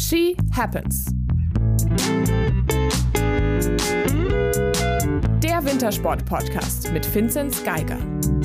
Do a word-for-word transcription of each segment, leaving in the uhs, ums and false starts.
She Happens. Der Wintersport-Podcast mit Vinzenz Geiger.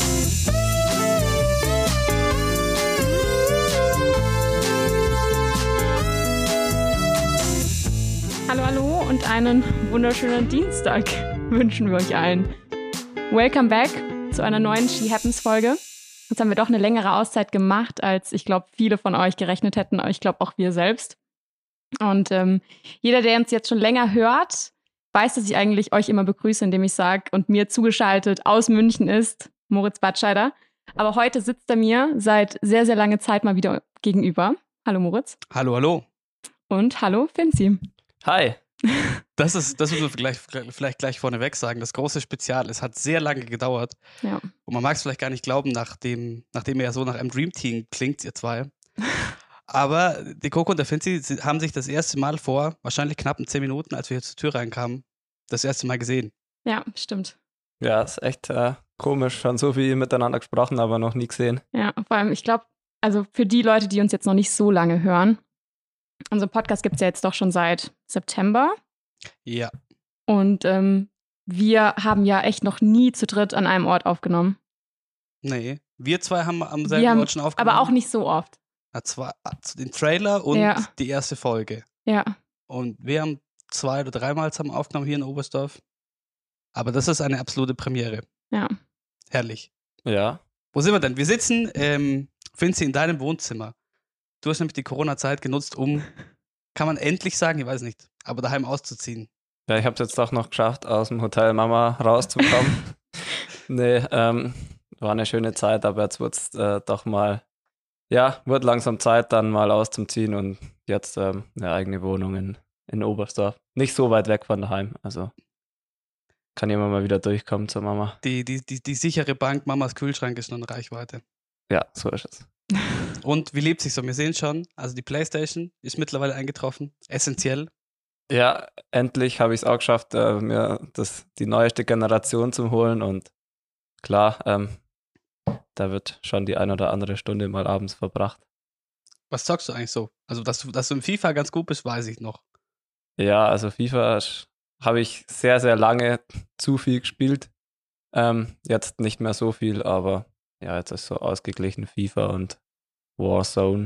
Hallo, hallo und einen wunderschönen Dienstag wünschen wir euch allen. Welcome back zu einer neuen She Happens Folge. Jetzt haben wir doch eine längere Auszeit gemacht, als ich glaube, viele von euch gerechnet hätten, aber ich glaube auch wir selbst. Und ähm, jeder, der uns jetzt schon länger hört, weiß, dass ich eigentlich euch immer begrüße, indem ich sage, und mir zugeschaltet aus München ist Moritz Batscheider. Aber heute sitzt er mir seit sehr, sehr langer Zeit mal wieder gegenüber. Hallo Moritz. Hallo, hallo. Und hallo Finzi. Hi. Das ist, das müssen wir gleich, vielleicht gleich vorneweg sagen, das große Spezial. Es hat sehr lange gedauert. Ja. Und man mag es vielleicht gar nicht glauben, nachdem, nachdem ihr ja so nach einem Dream Team klingt, ihr zwei. Aber die Coco und der Finzi haben sich das erste Mal vor wahrscheinlich knappen zehn Minuten, als wir hier zur Tür reinkamen, das erste Mal gesehen. Ja, stimmt. Ja, ist echt äh, komisch. Schon so viel miteinander gesprochen, aber noch nie gesehen. Ja, vor allem, ich glaube, also für die Leute, die uns jetzt noch nicht so lange hören, unser Podcast gibt es ja jetzt doch schon seit September. Ja. Und ähm, wir haben ja echt noch nie zu dritt an einem Ort aufgenommen. Nee, wir zwei haben am selben Wir haben, Ort schon aufgenommen. aber auch nicht so oft. Na, zwar den Trailer und Ja. die erste Folge. Ja. Und wir haben zwei oder dreimal zusammen aufgenommen hier in Oberstdorf. Aber das ist eine absolute Premiere. Ja. Herrlich. Ja. Wo sind wir denn? Wir sitzen, ähm, Finzi, in deinem Wohnzimmer. Du hast nämlich die Corona-Zeit genutzt, um, kann man endlich sagen, ich weiß nicht, aber daheim auszuziehen. Ja, ich habe es jetzt doch noch geschafft, aus dem Hotel Mama rauszukommen. nee, ähm, war eine schöne Zeit, aber jetzt wird es äh, doch mal, ja, wird langsam Zeit, dann mal auszuziehen und jetzt ähm, eine eigene Wohnung in, in Oberstdorf. Nicht so weit weg von daheim, also kann jemand mal wieder durchkommen zur Mama. Die, die, die, die sichere Bank, Mamas Kühlschrank ist noch in Reichweite. Ja, so ist es. Und wie lebt sich so? Wir sehen schon, also die Playstation ist mittlerweile eingetroffen, essentiell. Ja, endlich habe ich es auch geschafft, äh, mir das, die neueste Generation zu holen und klar, ähm, da wird schon die ein oder andere Stunde mal abends verbracht. Was zockst du eigentlich so? Also, dass du, dass du im FIFA ganz gut bist, weiß ich noch. Ja, also FIFA habe ich sehr, sehr lange zu viel gespielt. Ähm, jetzt nicht mehr so viel, aber ja, jetzt ist so ausgeglichen FIFA und Warzone.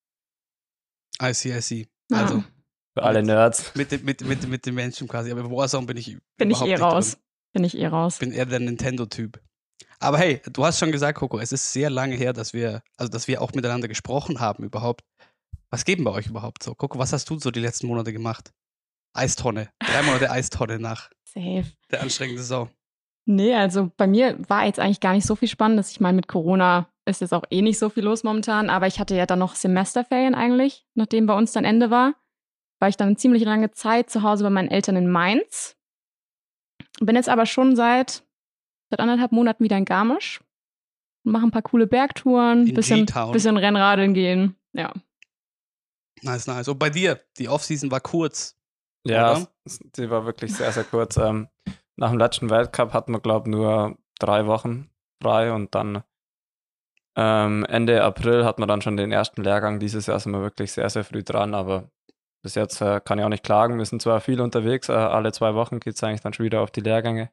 I see, I see. Ja. Also, Für alle mit, Nerds. Mit, dem- mit, mit, mit den Menschen quasi. Aber Warzone bin ich Bin ich überhaupt eh nicht raus. drin. Bin ich eh raus. Bin eher der Nintendo-Typ. Aber hey, du hast schon gesagt, Coco, es ist sehr lange her, dass wir, also dass wir auch miteinander gesprochen haben überhaupt. Was geben bei euch überhaupt so? Coco, was hast du so die letzten Monate gemacht? Eistonne. Drei Monate Eistonne nach Safe. der anstrengenden Saison. Nee, also bei mir war jetzt eigentlich gar nicht so viel Spannendes. Ich meine, mit Corona ist jetzt auch eh nicht so viel los momentan, aber ich hatte ja dann noch Semesterferien eigentlich, nachdem bei uns dann Ende war. War ich dann eine ziemlich lange Zeit zu Hause bei meinen Eltern in Mainz. Bin jetzt aber schon seit, seit anderthalb Monaten wieder in Garmisch. Mache ein paar coole Bergtouren, In bisschen, G-Town. bisschen Rennradeln gehen. Ja. Nice, nice. Und bei dir, die Offseason war kurz. Ja, Oder? die war wirklich sehr, sehr kurz. Ähm, nach dem letzten Weltcup hatten wir, glaube ich, nur drei Wochen frei und dann ähm, Ende April hat man dann schon den ersten Lehrgang. Dieses Jahr sind wir wirklich sehr, sehr früh dran, aber bis jetzt äh, kann ich auch nicht klagen. Wir sind zwar viel unterwegs, äh, alle zwei Wochen geht es eigentlich dann schon wieder auf die Lehrgänge.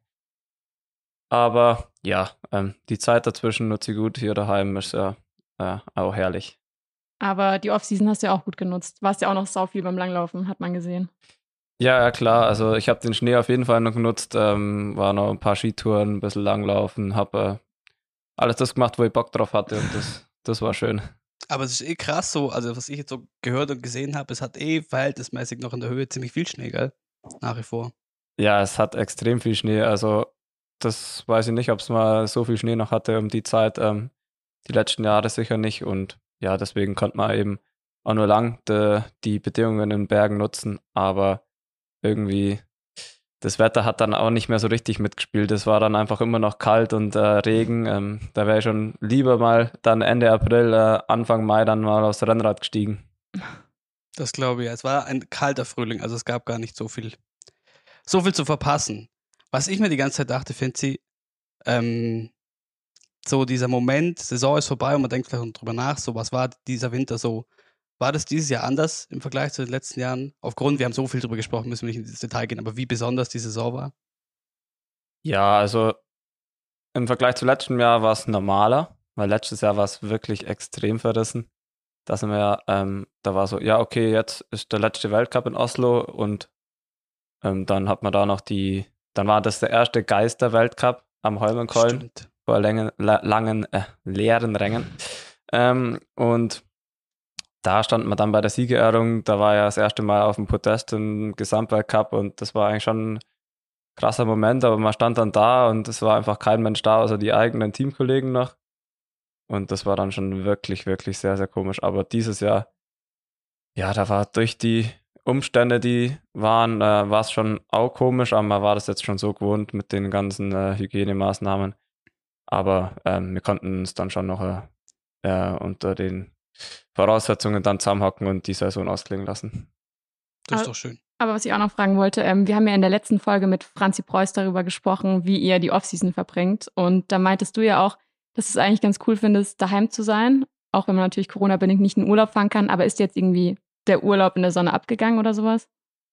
Aber ja, ähm, die Zeit dazwischen nutze ich gut. Hier daheim ist ja äh, auch herrlich. Aber die Offseason hast du ja auch gut genutzt. Warst ja auch noch sau viel beim Langlaufen, hat man gesehen. Ja, ja, klar. Also ich habe den Schnee auf jeden Fall noch genutzt. Ähm, war noch ein paar Skitouren, ein bisschen langlaufen, habe äh, alles das gemacht, wo ich Bock drauf hatte und das, das war schön. Aber es ist eh krass so, also was ich jetzt so gehört und gesehen habe, es hat eh verhältnismäßig noch in der Höhe ziemlich viel Schnee, gell? Nach wie vor. Ja, es hat extrem viel Schnee. Also das weiß ich nicht, ob es mal so viel Schnee noch hatte um die Zeit. Ähm, die letzten Jahre sicher nicht und ja, deswegen konnte man eben auch nur lang de, die Bedingungen in den Bergen nutzen, aber irgendwie das Wetter hat dann auch nicht mehr so richtig mitgespielt. Es war dann einfach immer noch kalt und äh, Regen. Ähm, da wäre ich schon lieber mal dann Ende April, äh, Anfang Mai dann mal aufs Rennrad gestiegen. Das glaube ich. ja. Es war ein kalter Frühling, also es gab gar nicht so viel, so viel zu verpassen. Was ich mir die ganze Zeit dachte, Finzi, ähm, so dieser Moment, Saison ist vorbei und man denkt vielleicht noch drüber nach, so was war dieser Winter so War das dieses Jahr anders im Vergleich zu den letzten Jahren? Aufgrund, wir haben so viel drüber gesprochen, müssen wir nicht ins Detail gehen, aber wie besonders die Saison war? Ja, also im Vergleich zu letztem Jahr war es normaler, weil letztes Jahr war es wirklich extrem verrissen. Da sind wir, ähm, da war so, ja, okay, jetzt ist der letzte Weltcup in Oslo und ähm, dann hat man da noch die, dann war das der erste Geister-Weltcup am Holmenkollen Stimmt. vor langen, la- langen äh, leeren Rängen. Ähm, und da stand man dann bei der Siegerehrung, da war ja das erste Mal auf dem Podest im Gesamtweltcup und das war eigentlich schon ein krasser Moment, aber man stand dann da und es war einfach kein Mensch da, außer die eigenen Teamkollegen noch. Und das war dann schon wirklich, wirklich sehr, sehr komisch. Aber dieses Jahr, ja, da war durch die Umstände, die waren, äh, war es schon auch komisch, aber man war das jetzt schon so gewohnt mit den ganzen äh, Hygienemaßnahmen. Aber ähm, wir konnten uns dann schon noch äh, äh, unter den Voraussetzungen dann zusammenhocken und die Saison ausklingen lassen. Das ist Aber- doch schön. Aber was ich auch noch fragen wollte, ähm, wir haben ja in der letzten Folge mit Franzi Preuß darüber gesprochen, wie ihr die Offseason verbringt. Und da meintest du ja auch, dass du es eigentlich ganz cool findest, daheim zu sein, auch wenn man natürlich Corona-bedingt nicht in den Urlaub fahren kann. Aber ist jetzt irgendwie der Urlaub in der Sonne abgegangen oder sowas?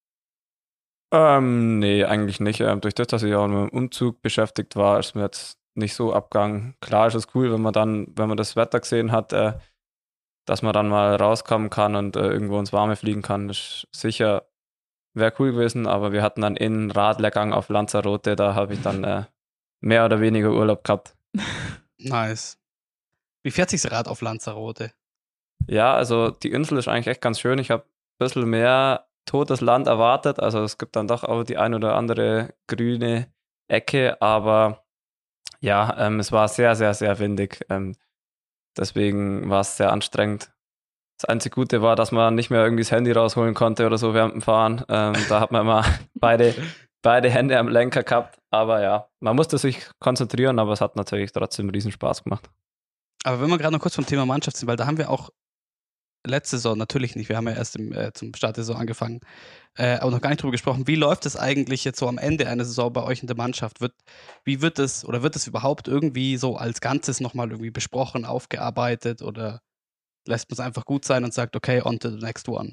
Ähm, nee, eigentlich nicht. Ähm, durch das, dass ich auch mit dem Umzug beschäftigt war, ist mir jetzt nicht so abgegangen. Klar ist es cool, wenn man dann, wenn man das Wetter gesehen hat, äh, dass man dann mal rauskommen kann und äh, irgendwo ins Warme fliegen kann. Das ist sicher wäre cool gewesen, aber wir hatten dann in Radlehrgang auf Lanzarote, da habe ich dann äh, mehr oder weniger Urlaub gehabt. Nice. Wie fährt sich das Rad auf Lanzarote? Ja, also die Insel ist eigentlich echt ganz schön. Ich habe ein bisschen mehr totes Land erwartet. Also es gibt dann doch auch die ein oder andere grüne Ecke, aber ja, ähm, es war sehr, sehr, sehr windig. Ähm, deswegen war es sehr anstrengend. Das einzige Gute war, dass man nicht mehr irgendwie das Handy rausholen konnte oder so während dem Fahren. Ähm, da hat man immer beide, beide Hände am Lenker gehabt. Aber ja, man musste sich konzentrieren, aber es hat natürlich trotzdem riesen Spaß gemacht. Aber wenn wir gerade noch kurz vom Thema Mannschaft sind, weil da haben wir auch letzte Saison natürlich nicht, wir haben ja erst im, äh, zum Start der Saison angefangen, äh, aber noch gar nicht drüber gesprochen, wie läuft es eigentlich jetzt so am Ende einer Saison bei euch in der Mannschaft? Wird, wie wird es oder wird es überhaupt irgendwie so als Ganzes nochmal irgendwie besprochen, aufgearbeitet oder lässt man es einfach gut sein und sagt, okay, on to the next one?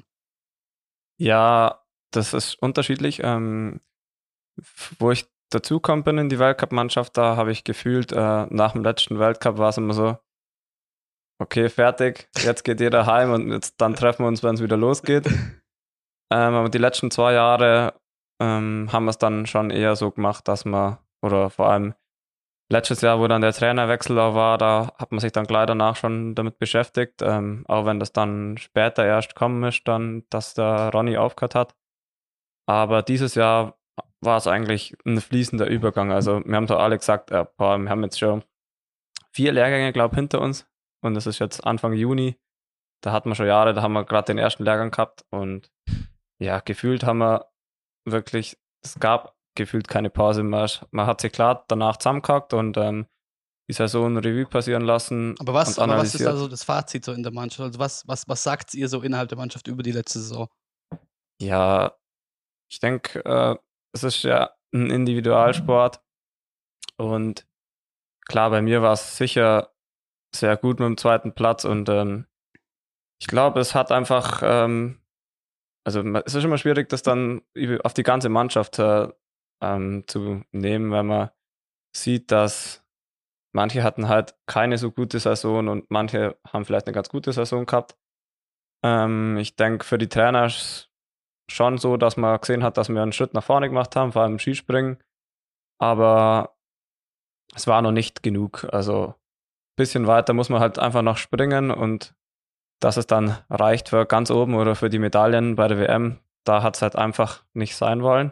Ja, das ist unterschiedlich. Ähm, wo ich dazugekommen bin in die Weltcup-Mannschaft, da habe ich gefühlt, äh, nach dem letzten Weltcup war es immer so, okay, fertig, jetzt geht jeder heim und jetzt, dann treffen wir uns, wenn es wieder losgeht. ähm, aber die letzten zwei Jahre ähm, haben wir es dann schon eher so gemacht, dass man, oder vor allem letztes Jahr, wo dann der Trainerwechsel auch war, da hat man sich dann gleich danach schon damit beschäftigt, ähm, auch wenn das dann später erst kommen ist, dann, dass der Ronny aufgehört hat. Aber dieses Jahr war es eigentlich ein fließender Übergang. Also wir haben doch alle gesagt, äh, boah, wir haben jetzt schon vier Lehrgänge, glaube ich, hinter uns und es ist jetzt Anfang Juni. Da hatten wir schon Jahre, da haben wir gerade den ersten Lehrgang gehabt und ja, gefühlt haben wir wirklich, es gab gefühlt keine Pause. Man, man hat sich klar danach zusammengehackt und ähm, die Saison Revue passieren lassen. Aber was, und aber was ist analysiert. also das Fazit so in der Mannschaft? Also was, was, was sagt ihr so innerhalb der Mannschaft über die letzte Saison? Ja, ich denke, äh, es ist ja ein Individualsport und klar, bei mir war es sicher sehr gut mit dem zweiten Platz und ähm, ich glaube, es hat einfach, ähm, also es ist immer schwierig, das dann auf die ganze Mannschaft äh, ähm, zu nehmen, wenn man sieht, dass manche hatten halt keine so gute Saison und manche haben vielleicht eine ganz gute Saison gehabt. Ähm, ich denke, für die Trainer ist es schon so, dass man gesehen hat, dass wir einen Schritt nach vorne gemacht haben, vor allem im Skispringen. Aber es war noch nicht genug. Also ein bisschen weiter muss man halt einfach noch springen und dass es dann reicht für ganz oben oder für die Medaillen bei der W M, da hat es halt einfach nicht sein wollen.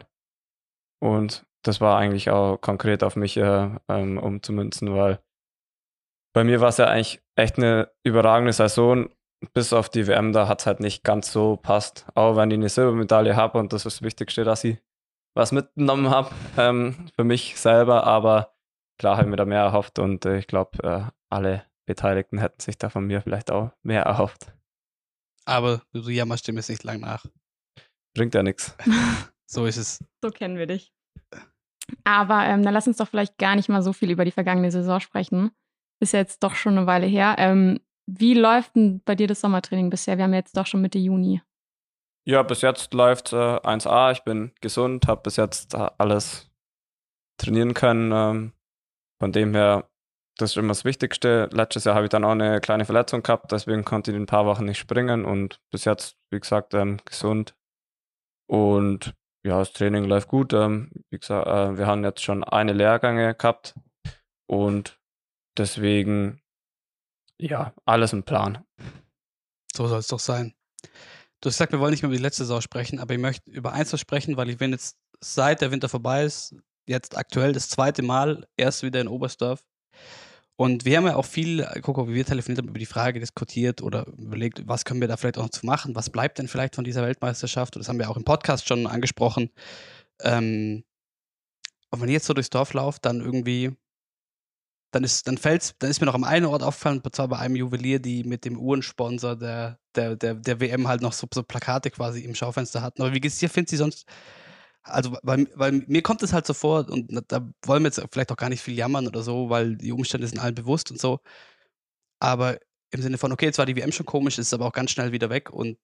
Und das war eigentlich auch konkret auf mich äh, ähm, umzumünzen, weil bei mir war es ja eigentlich echt eine überragende Saison. Bis auf die W M, da hat es halt nicht ganz so passt. Auch wenn ich eine Silbermedaille habe und das ist das Wichtigste, dass ich was mitgenommen habe ähm, für mich selber. Aber klar habe ich mir da mehr erhofft und äh, ich glaube, äh, alle Beteiligten hätten sich da von mir vielleicht auch mehr erhofft. Aber du jammerst dem jetzt nicht lang nach. Bringt ja nichts. So ist es. So kennen wir dich. Aber ähm, dann lass uns doch vielleicht gar nicht mal so viel über die vergangene Saison sprechen. Ist ja jetzt doch schon eine Weile her. Ähm, Wie läuft denn bei dir das Sommertraining bisher? Wir haben jetzt doch schon Mitte Juni. Ja, bis jetzt läuft äh, eins a. Ich bin gesund, habe bis jetzt äh, alles trainieren können. Ähm, von dem her, das ist immer das Wichtigste. Letztes Jahr habe ich dann auch eine kleine Verletzung gehabt, deswegen konnte ich in ein paar Wochen nicht springen und bis jetzt, wie gesagt, ähm, gesund. Und ja, das Training läuft gut. Ähm, wie gesagt, äh, wir haben jetzt schon eine Lehrgänge gehabt und deswegen, ja, alles im Plan. So soll es doch sein. Du hast gesagt, wir wollen nicht mehr über die letzte Saison sprechen, aber ich möchte über eins noch sprechen, weil ich bin jetzt, seit der Winter vorbei ist, jetzt aktuell das zweite Mal erst wieder in Oberstdorf. Und wir haben ja auch viel, Coco, wie wir telefoniert haben, über die Frage diskutiert oder überlegt, was können wir da vielleicht auch noch zu machen? Was bleibt denn vielleicht von dieser Weltmeisterschaft? Und das haben wir auch im Podcast schon angesprochen. Ähm, und wenn ich jetzt so durchs Dorf laufe, dann irgendwie, dann ist, dann fällt's, dann ist mir noch am einen Ort aufgefallen, und zwar bei einem Juwelier, die mit dem Uhrensponsor der, der, der, der W M halt noch so, so Plakate quasi im Schaufenster hatten. Aber wie geht's dir? Findest du sonst, also weil, weil mir kommt es halt so vor, und da wollen wir jetzt vielleicht auch gar nicht viel jammern oder so, weil die Umstände sind allen bewusst und so. Aber im Sinne von, okay, jetzt war die W M schon komisch, ist aber auch ganz schnell wieder weg und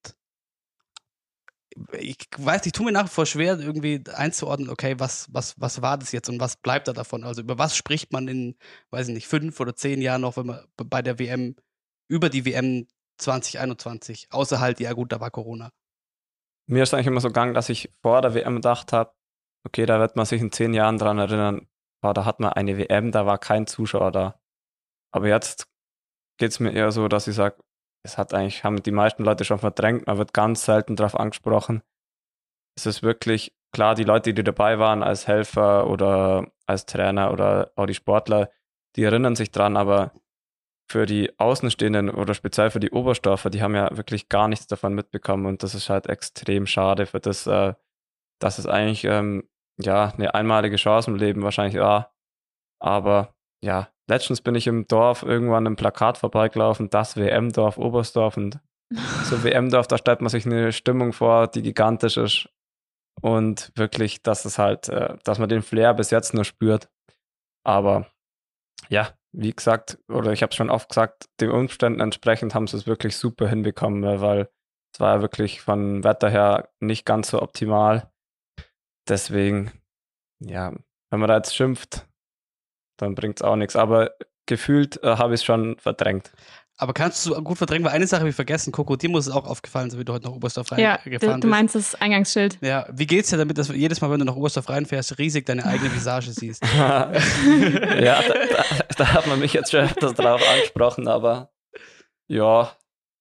ich weiß, ich tue mir nach wie vor schwer, irgendwie einzuordnen, okay, was, was, was war das jetzt und was bleibt da davon? Also über was spricht man in, weiß ich nicht, fünf oder zehn Jahren noch, wenn man bei der W M, über die W M zwanzig einundzwanzig, außer halt, ja gut, da war Corona. Mir ist eigentlich immer so gegangen, dass ich vor der W M gedacht habe, okay, da wird man sich in zehn Jahren dran erinnern, oh, da hat man eine W M, da war kein Zuschauer da. Aber jetzt geht es mir eher so, dass ich sage, es hat eigentlich, haben die meisten Leute schon verdrängt, man wird ganz selten darauf angesprochen. Es ist wirklich, klar, die Leute, die dabei waren als Helfer oder als Trainer oder auch die Sportler, die erinnern sich dran, aber für die Außenstehenden oder speziell für die Oberstdorfer, die haben ja wirklich gar nichts davon mitbekommen und das ist halt extrem schade für das, äh, dass es eigentlich ähm, ja eine einmalige Chance im Leben wahrscheinlich war. Aber ja, letztens bin ich im Dorf irgendwann ein Plakat vorbeigelaufen, das W M-Dorf Oberstdorf und so W M-Dorf, da stellt man sich eine Stimmung vor, die gigantisch ist und wirklich, dass es halt, äh, dass man den Flair bis jetzt nur spürt. Aber ja, wie gesagt, oder ich habe es schon oft gesagt, den Umständen entsprechend haben sie es wirklich super hinbekommen, weil es war ja wirklich von Wetter her nicht ganz so optimal. Deswegen, ja, wenn man da jetzt schimpft, dann bringt es auch nichts. Aber gefühlt äh, habe ich es schon verdrängt. Aber kannst du gut verdrängen, weil eine Sache habe ich vergessen, Coco, dir muss es auch aufgefallen sein, wie du heute nach Oberstdorf reingefahren ja, bist. Du meinst das Eingangsschild. Ja, wie geht's dir damit, dass du jedes Mal, wenn du nach Oberstdorf reinfährst, riesig deine eigene Visage siehst? ja, da, da, da hat man mich jetzt schon öfters drauf angesprochen, aber ja,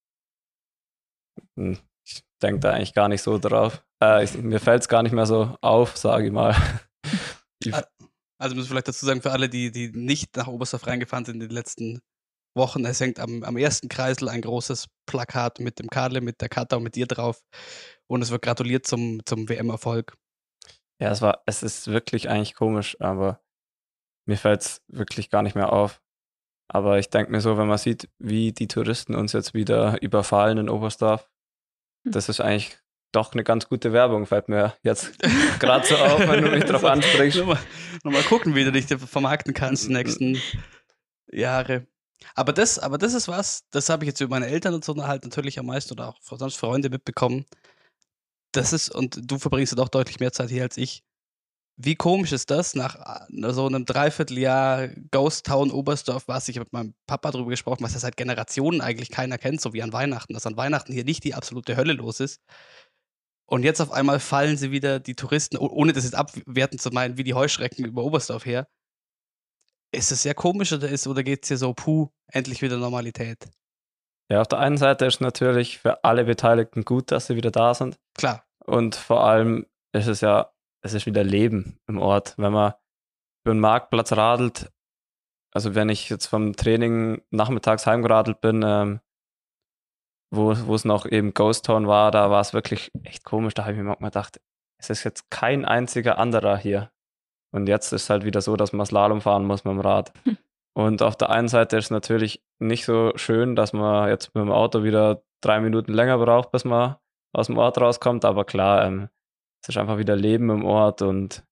ich denke da eigentlich gar nicht so drauf. Äh, ich, mir fällt es gar nicht mehr so auf, sage ich mal. Also muss ich vielleicht dazu sagen, für alle, die, die nicht nach Oberstdorf reingefahren sind in den letzten Wochen, es hängt am, am ersten Kreisel ein großes Plakat mit dem Karle, mit der Katha und mit dir drauf und es wird gratuliert zum, zum W M-Erfolg. Ja, es war, es ist wirklich eigentlich komisch, aber mir fällt es wirklich gar nicht mehr auf. Aber ich denke mir so, wenn man sieht, wie die Touristen uns jetzt wieder überfallen in Oberstdorf, das ist eigentlich doch eine ganz gute Werbung, fällt mir jetzt gerade so auf, wenn du mich drauf ansprichst. Nochmal noch mal gucken, wie du dich vermarkten kannst die nächsten Jahre. Aber das, aber das ist was, das habe ich jetzt über meine Eltern und so halt natürlich am meisten oder auch sonst Freunde mitbekommen. Das ist, und du verbringst ja doch deutlich mehr Zeit hier als ich. Wie komisch ist das, nach so einem Dreivierteljahr Ghost Town Oberstdorf, was ich mit meinem Papa drüber gesprochen, was ja seit Generationen eigentlich keiner kennt, so wie an Weihnachten, dass an Weihnachten hier nicht die absolute Hölle los ist. Und jetzt auf einmal fallen sie wieder, die Touristen, ohne das jetzt abwertend zu meinen, wie die Heuschrecken über Oberstdorf her. Ist es sehr komisch oder, oder geht es hier so, puh, endlich wieder Normalität? Ja, auf der einen Seite ist es natürlich für alle Beteiligten gut, dass sie wieder da sind. Klar. Und vor allem ist es ja, es ist wieder Leben im Ort. Wenn man über den Marktplatz radelt, also wenn ich jetzt vom Training nachmittags heimgeradelt bin, ähm, wo wo es noch eben Ghost Town war, da war es wirklich echt komisch. Da habe ich mir manchmal gedacht, es ist jetzt kein einziger anderer hier. Und jetzt ist es halt wieder so, dass man Slalom fahren muss mit dem Rad. Hm. Und auf der einen Seite ist es natürlich nicht so schön, dass man jetzt mit dem Auto wieder drei Minuten länger braucht, bis man aus dem Ort rauskommt. Aber klar, ähm, es ist einfach wieder Leben im Ort und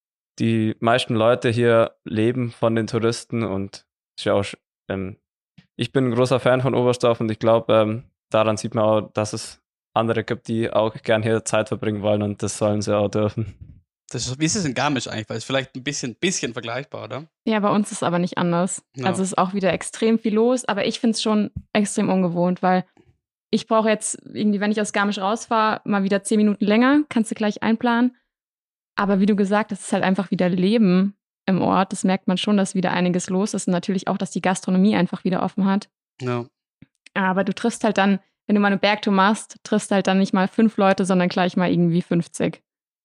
die meisten Leute hier leben von den Touristen und ist ja auch, ähm, ich bin ein großer Fan von Oberstdorf und ich glaube, ähm, daran sieht man auch, dass es andere gibt, die auch gern hier Zeit verbringen wollen und das sollen sie auch dürfen. Das ist, wie ist es in Garmisch eigentlich? Weil es vielleicht ein bisschen, bisschen vergleichbar, oder? Ja, bei uns ist es aber nicht anders. Ja. Also es ist auch wieder extrem viel los, aber ich finde es schon extrem ungewohnt, weil ich brauche jetzt irgendwie, wenn ich aus Garmisch rausfahre, mal wieder zehn Minuten länger, kannst du gleich einplanen. Aber wie du gesagt hast, es ist halt einfach wieder Leben im Ort. Das merkt man schon, dass wieder einiges los ist und natürlich auch, dass die Gastronomie einfach wieder offen hat. Ja. Aber du triffst halt dann, wenn du mal eine Bergtour machst, triffst halt dann nicht mal fünf Leute, sondern gleich mal irgendwie fünfzig.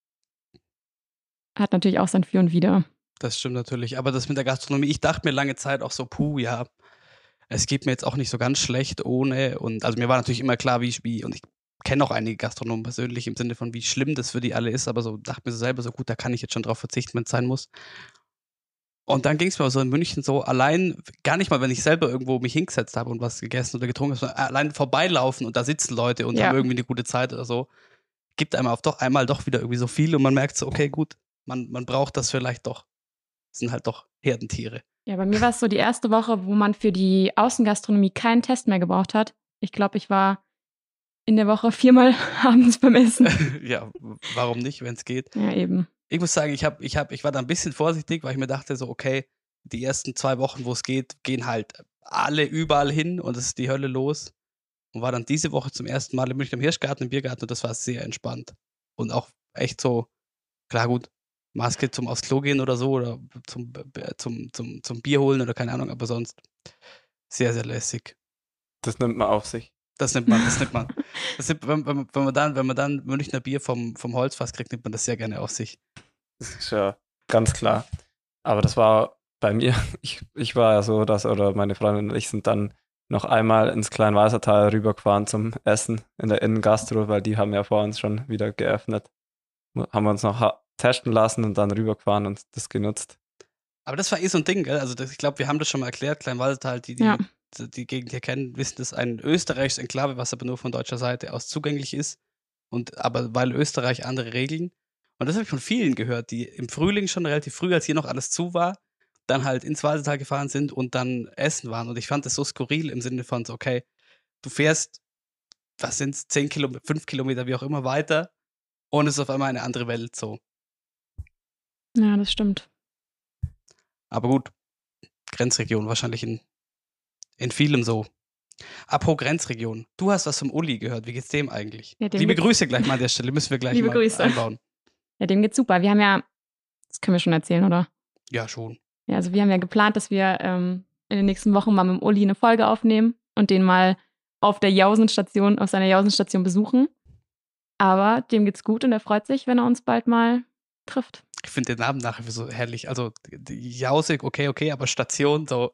Hat natürlich auch sein Für und Wider. Das stimmt natürlich. Aber das mit der Gastronomie, ich dachte mir lange Zeit auch so, puh, ja, es geht mir jetzt auch nicht so ganz schlecht ohne. Und also mir war natürlich immer klar, wie ich, wie, und ich kenne auch einige Gastronomen persönlich im Sinne von, wie schlimm das für die alle ist, aber so dachte mir so selber so, gut, da kann ich jetzt schon drauf verzichten, wenn es sein muss. Und dann ging es mir so in München so, allein, gar nicht mal, wenn ich selber irgendwo mich hingesetzt habe und was gegessen oder getrunken habe, sondern allein vorbeilaufen und da sitzen Leute und Ja. haben irgendwie eine gute Zeit oder so, gibt einem auf doch einmal doch wieder irgendwie so viel und man merkt so, okay, gut, man, man braucht das vielleicht doch. Das sind halt doch Herdentiere. Ja, bei mir war es so die erste Woche, wo man für die Außengastronomie keinen Test mehr gebraucht hat. Ich glaube, ich war in der Woche viermal abends beim Essen. Ja, warum nicht, wenn es geht? Ja, eben. Ich muss sagen, ich, hab, ich, hab, ich war da ein bisschen vorsichtig, weil ich mir dachte so, okay, die ersten zwei Wochen, wo es geht, gehen halt alle überall hin und es ist die Hölle los. Und war dann diese Woche zum ersten Mal in München im Hirschgarten, im Biergarten und das war sehr entspannt. Und auch echt so, klar gut, Maske zum aufs Klo gehen oder so oder zum, zum, zum, zum Bier holen oder keine Ahnung, aber sonst sehr, sehr lässig. Das nimmt man auf sich. Das nimmt man, das nimmt man. Das nimmt, wenn, wenn, wenn, man dann, wenn man dann Münchner Bier vom, vom Holzfass kriegt, nimmt man das sehr gerne auf sich. Das ist ja ganz klar. Aber das war bei mir, ich, ich war ja so, dass, oder meine Freundin und ich sind dann noch einmal ins Kleinwalsertal rübergefahren zum Essen in der Innengastro, weil die haben ja vor uns schon wieder geöffnet. Haben wir uns noch ha- testen lassen und dann rübergefahren und das genutzt. Aber das war eh so ein Ding, gell? Also das, ich glaube, wir haben das schon mal erklärt, Kleinwalsertal, die, die, Ja. die, die Gegend hier kennen, wissen, das ist ein österreichisches Enklave, was aber nur von deutscher Seite aus zugänglich ist. Und aber weil Österreich andere Regeln. Und das habe ich von vielen gehört, die im Frühling schon relativ früh, als hier noch alles zu war, dann halt ins Walsertal gefahren sind und dann essen waren. Und ich fand das so skurril im Sinne von so, okay, du fährst, was sind's, zehn Kilometer, fünf Kilometer, wie auch immer weiter und es ist auf einmal eine andere Welt so. Ja, das stimmt. Aber gut, Grenzregion wahrscheinlich in, in vielem so. Apropos Grenzregion, du hast was vom Uli gehört, wie geht's dem eigentlich? Ja, dem Liebe geht's- Grüße gleich mal an der Stelle, müssen wir gleich Liebe mal Grüße. einbauen. Ja, dem geht's super. Wir haben ja, das können wir schon erzählen, oder? Ja, schon. Ja, also wir haben ja geplant, dass wir ähm, in den nächsten Wochen mal mit dem Uli eine Folge aufnehmen und den mal auf der Jausenstation, auf seiner Jausenstation besuchen. Aber dem geht's gut und er freut sich, wenn er uns bald mal trifft. Ich finde den Namen nachher so herrlich. Also die Jausig, okay, okay, aber Station so.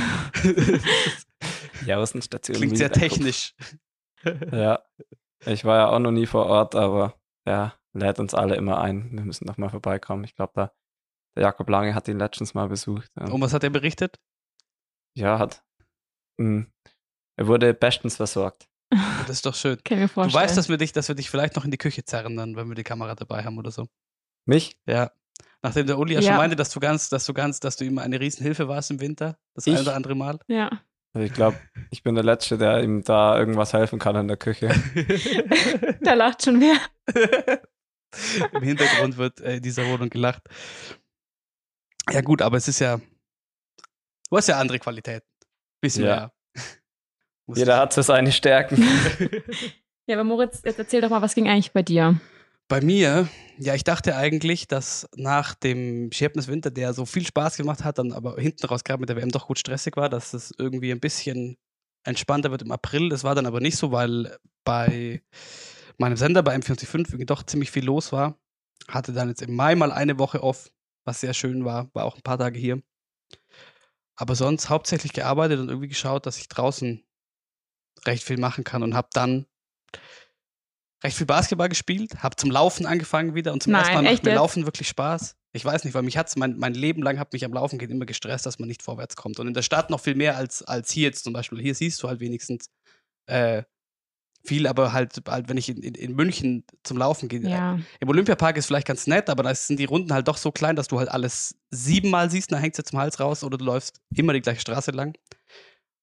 Ja, Außenstation. Klingt sehr technisch. Ja, ich war ja auch noch nie vor Ort, aber ja, lädt uns alle immer ein. Wir müssen noch mal vorbeikommen. Ich glaube, da der Jakob Lange hat ihn letztens mal besucht. Ja, Und was hat er berichtet? ja hat. Mh, er wurde bestens versorgt. Das ist doch schön. Kann ich mir Du vorstellen. weißt, dass wir dich, dass wir dich vielleicht noch in die Küche zerren, dann, wenn wir die Kamera dabei haben oder so. Mich? Ja. Nachdem der Uli ja, Ja. schon meinte, dass du ganz, dass du ganz, dass du ihm eine Riesenhilfe warst im Winter, das Ich? eine oder andere Mal. Ja. Also ich glaube, ich bin der Letzte, der ihm da irgendwas helfen kann in der Küche. Da lacht schon wer. Im Hintergrund wird äh, in dieser Wohnung gelacht. Ja gut, aber es ist ja, du hast ja andere Qualitäten. Wissen wir Ja. ja. Muss Jeder ich- hat so seine Stärken. Ja, aber Moritz, jetzt erzähl doch mal, was ging eigentlich bei dir? Bei mir, ja, ich dachte eigentlich, dass nach dem Scherpnis Winter, der so viel Spaß gemacht hat, dann aber hinten raus gerade mit der W M doch gut stressig war, dass es irgendwie ein bisschen entspannter wird im April. Das war dann aber nicht so, weil bei meinem Sender bei M vierundvierzig Komma fünf irgendwie doch ziemlich viel los war. Hatte dann jetzt im Mai mal eine Woche off, was sehr schön war, war auch ein paar Tage hier. Aber sonst hauptsächlich gearbeitet und irgendwie geschaut, dass ich draußen recht viel machen kann und habe dann recht viel Basketball gespielt, habe zum Laufen angefangen wieder und zum Nein, ersten Mal macht echt mir jetzt? Laufen wirklich Spaß. Ich weiß nicht, weil mich hat's mein, mein Leben lang hat mich am Laufen gehen immer gestresst, dass man nicht vorwärts kommt. Und in der Stadt noch viel mehr als, als hier jetzt zum Beispiel. Hier siehst du halt wenigstens äh, viel, aber halt, halt wenn ich in, in, in München zum Laufen gehe. Ja. Äh, Im Olympiapark ist vielleicht ganz nett, aber da sind die Runden halt doch so klein, dass du halt alles siebenmal siehst, dann hängst du zum Hals raus oder du läufst immer die gleiche Straße lang.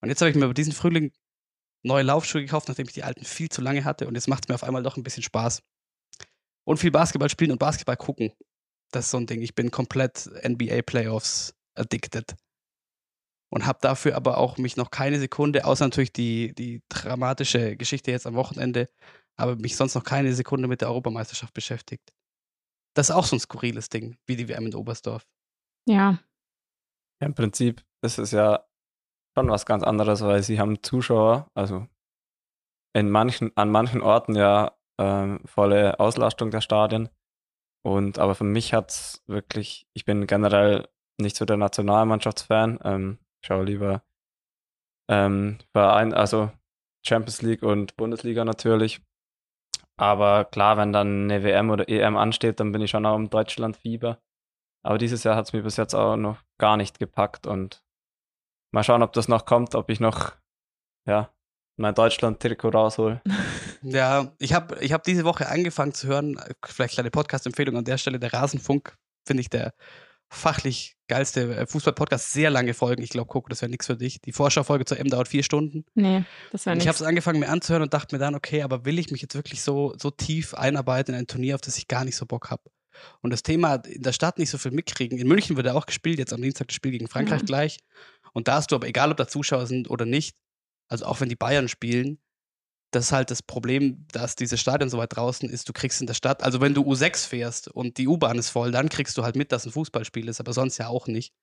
Und jetzt habe ich mir über diesen Frühling neue Laufschuhe gekauft, nachdem ich die alten viel zu lange hatte. Und jetzt macht es mir auf einmal doch ein bisschen Spaß. Und viel Basketball spielen und Basketball gucken. Das ist so ein Ding. Ich bin komplett N B A Playoffs addicted. Und habe dafür aber auch mich noch keine Sekunde, außer natürlich die, die dramatische Geschichte jetzt am Wochenende, aber mich sonst noch keine Sekunde mit der Europameisterschaft beschäftigt. Das ist auch so ein skurriles Ding, wie die W M in Oberstdorf. Ja. Ja, im Prinzip ist es ja schon was ganz anderes, weil sie haben Zuschauer, also in manchen, an manchen Orten ja ähm, volle Auslastung der Stadien. Und aber für mich hat es wirklich, ich bin generell nicht so der Nationalmannschaftsfan, ähm, schaue lieber ähm, Verein, also Champions League und Bundesliga natürlich. Aber klar, wenn dann eine W M oder E M ansteht, dann bin ich schon auch im Deutschland-Fieber. Aber dieses Jahr hat es mir bis jetzt auch noch gar nicht gepackt und mal schauen, ob das noch kommt, ob ich noch, ja, mein Deutschland-Trikot raushol. Ja, ich habe ich hab diese Woche angefangen zu hören, vielleicht kleine Podcast-Empfehlung an der Stelle, der Rasenfunk, finde ich der fachlich geilste Fußball-Podcast, sehr lange Folgen. Ich glaube, Coco, das wäre nichts für dich. Die Vorschau-Folge zur E M dauert vier Stunden. Nee, das wäre Ich nichts. habe es angefangen mir anzuhören und dachte mir dann, okay, aber will ich mich jetzt wirklich so, so tief einarbeiten in ein Turnier, auf das ich gar nicht so Bock habe? Und das Thema in der Stadt nicht so viel mitkriegen. In München wird ja auch gespielt, jetzt am Dienstag das Spiel gegen Frankreich Ja. gleich. Und da hast du aber, egal ob da Zuschauer sind oder nicht, also auch wenn die Bayern spielen, das ist halt das Problem, dass dieses Stadion so weit draußen ist, du kriegst in der Stadt, also wenn du U sechs fährst und die U-Bahn ist voll, dann kriegst du halt mit, dass ein Fußballspiel ist, aber sonst ja auch nicht.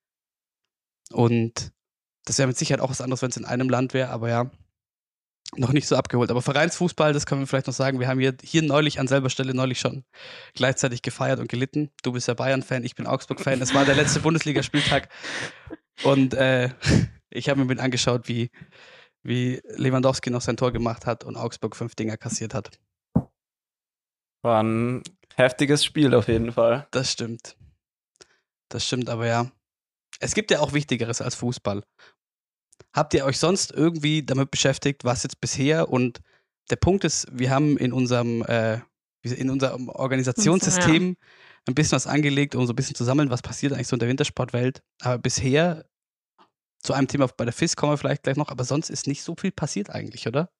Und das wäre mit Sicherheit auch was anderes, wenn es in einem Land wäre, aber ja, noch nicht so abgeholt. Aber Vereinsfußball, das können wir vielleicht noch sagen, wir haben hier, hier neulich an selber Stelle neulich schon gleichzeitig gefeiert und gelitten. Du bist ja Bayern-Fan, ich bin Augsburg-Fan. Es war der letzte Bundesligaspieltag und äh, ich habe mir mit angeschaut, wie wie Lewandowski noch sein Tor gemacht hat und Augsburg fünf Dinger kassiert hat. War ein heftiges Spiel auf jeden Fall. Das stimmt. Das stimmt, aber ja. Es gibt ja auch Wichtigeres als Fußball. Habt ihr euch sonst irgendwie damit beschäftigt, was jetzt bisher und der Punkt ist, wir haben in unserem, äh, in unserem Organisationssystem ein bisschen was angelegt, um so ein bisschen zu sammeln, was passiert eigentlich so in der Wintersportwelt. Aber bisher zu einem Thema bei der F I S kommen wir vielleicht gleich noch, aber sonst ist nicht so viel passiert eigentlich, oder?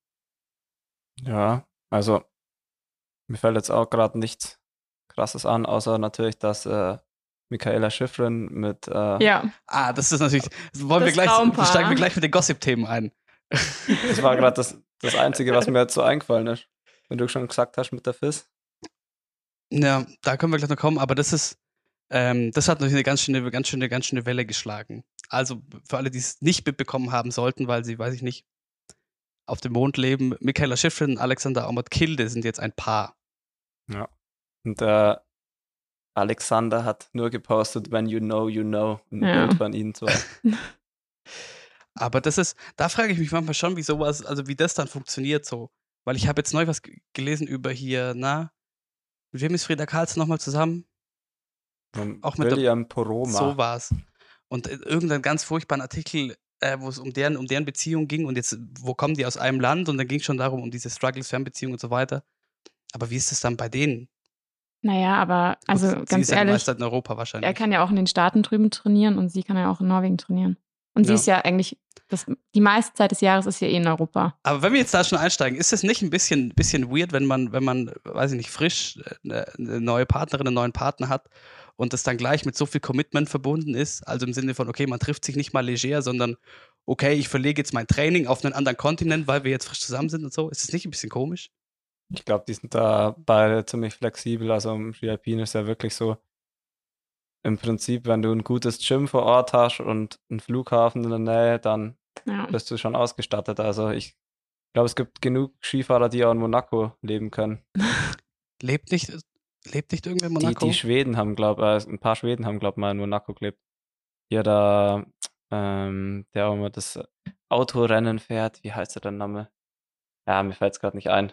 Ja, also mir fällt jetzt auch gerade nichts Krasses an, außer natürlich, dass äh, Michaela Schifrin mit äh, Ja, Ah, das ist natürlich, das wollen wir Das gleich, Traumpaar. steigen wir gleich mit den Gossip-Themen ein. das war gerade das, das Einzige, was mir jetzt so eingefallen ist. Wenn du schon gesagt hast mit der F I S. Ja, da können wir gleich noch kommen, aber das ist, ähm, das hat natürlich eine ganz schöne, ganz schöne, ganz schöne Welle geschlagen. Also für alle, die es nicht mitbekommen haben sollten, weil sie, weiß ich nicht, auf dem Mond leben, Michaela Schifrin und Alexander Aumert-Kilde sind jetzt ein Paar. Ja. Und der Alexander hat nur gepostet, when you know, you know. Ein Ja. Bild von ihnen zwei. Aber das ist, da frage ich mich manchmal schon, wie sowas, also wie das dann funktioniert so. Weil ich habe jetzt neu was g- gelesen über hier, na, mit wem ist Frieda Karlsson nochmal zusammen? Und Auch mit der- William Poroma. So war's. Und äh, irgendeinen ganz furchtbaren Artikel, äh, wo es um deren, um deren Beziehung ging und jetzt, wo kommen die aus einem Land und dann ging es schon darum, um diese Struggles, Fernbeziehungen und so weiter. Aber wie ist das dann bei denen? naja, aber also Gut, sie ganz ist ja die ehrlich, meiste Zeit in Europa wahrscheinlich. er kann ja auch in den Staaten drüben trainieren und sie kann ja auch in Norwegen trainieren. Und sie Ja. ist ja eigentlich, das, die meiste Zeit des Jahres ist ja eh in Europa. Aber wenn wir jetzt da schon einsteigen, ist es nicht ein bisschen, bisschen weird, wenn man, wenn man, weiß ich nicht, frisch äh, eine, eine neue Partnerin, einen neuen Partner hat und das dann gleich mit so viel Commitment verbunden ist? Also im Sinne von, okay, man trifft sich nicht mal leger, sondern okay, ich verlege jetzt mein Training auf einen anderen Kontinent, weil wir jetzt frisch zusammen sind und so. Ist das nicht ein bisschen komisch? Ich glaube, die sind da beide ziemlich flexibel. Also im Ski Alpin ist ja wirklich so, im Prinzip, wenn du ein gutes Gym vor Ort hast und einen Flughafen in der Nähe, dann Ja. bist du schon ausgestattet. Also ich glaube, es gibt genug Skifahrer, die auch in Monaco leben können. Lebt nicht, lebt nicht irgendwer in Die, Monaco? die Schweden haben, glaube ich, äh, ein paar Schweden haben, glaube ich, mal in Monaco gelebt. Hier da, ähm, der auch immer das Autorennen fährt. Wie heißt der denn Name? Ja, mir fällt es gerade nicht ein.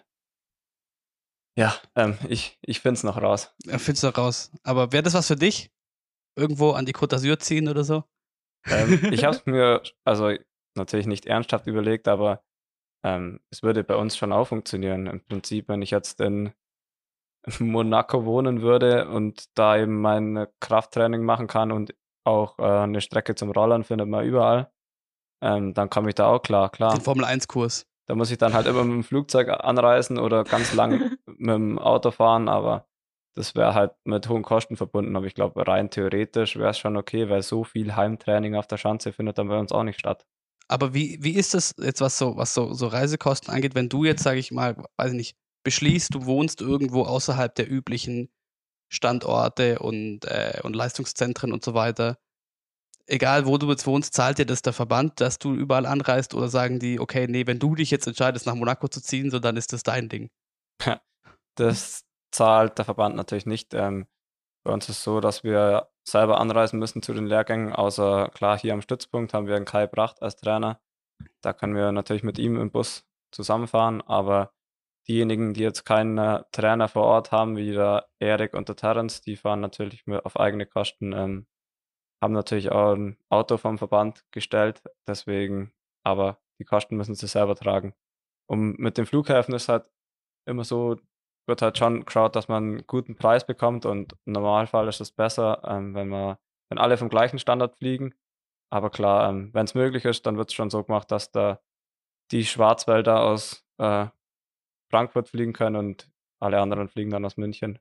Ja, ähm, ich, ich finde es noch raus. Ja, findest du raus. Aber wäre das was für dich? Irgendwo an die Côte d'Azur ziehen oder so? Ähm, ich habe es mir, also natürlich nicht ernsthaft überlegt, aber ähm, es würde bei uns schon auch funktionieren. Im Prinzip, wenn ich jetzt in Monaco wohnen würde und da eben mein Krafttraining machen kann und auch äh, eine Strecke zum Rollern findet man überall. ähm, dann komme ich da auch klar, klar. Den Formel eins Kurs. Da muss ich dann halt immer mit dem Flugzeug anreisen oder ganz lang mit dem Auto fahren, aber das wäre halt mit hohen Kosten verbunden. Aber ich glaube, rein theoretisch wäre es schon okay, weil so viel Heimtraining auf der Schanze findet dann bei uns auch nicht statt. Aber wie, wie ist das jetzt, was so, was so, so Reisekosten angeht, wenn du jetzt, sage ich mal, weiß ich nicht, beschließt, du wohnst irgendwo außerhalb der üblichen Standorte und, äh, und Leistungszentren und so weiter. Egal, wo du jetzt wohnst, zahlt dir das der Verband, dass du überall anreist, oder sagen die, okay, nee, wenn du dich jetzt entscheidest, nach Monaco zu ziehen, so dann ist das dein Ding? Das zahlt der Verband natürlich nicht. Ähm, bei uns ist es so, dass wir selber anreisen müssen zu den Lehrgängen, außer klar, hier am Stützpunkt haben wir einen Kai Bracht als Trainer. Da können wir natürlich mit ihm im Bus zusammenfahren, aber diejenigen, die jetzt keinen äh, Trainer vor Ort haben, wie der Erik und der Terence, die fahren natürlich mit auf eigene Kosten, ähm, haben natürlich auch ein Auto vom Verband gestellt, deswegen, aber die Kosten müssen sie selber tragen. Und mit den Flughäfen ist halt immer so, wird halt schon geschaut, dass man einen guten Preis bekommt, und im Normalfall ist es besser, ähm, wenn man, wenn alle vom gleichen Standard fliegen. Aber klar, ähm, wenn es möglich ist, dann wird es schon so gemacht, dass da die Schwarzwälder aus äh, Frankfurt fliegen können und alle anderen fliegen dann aus München.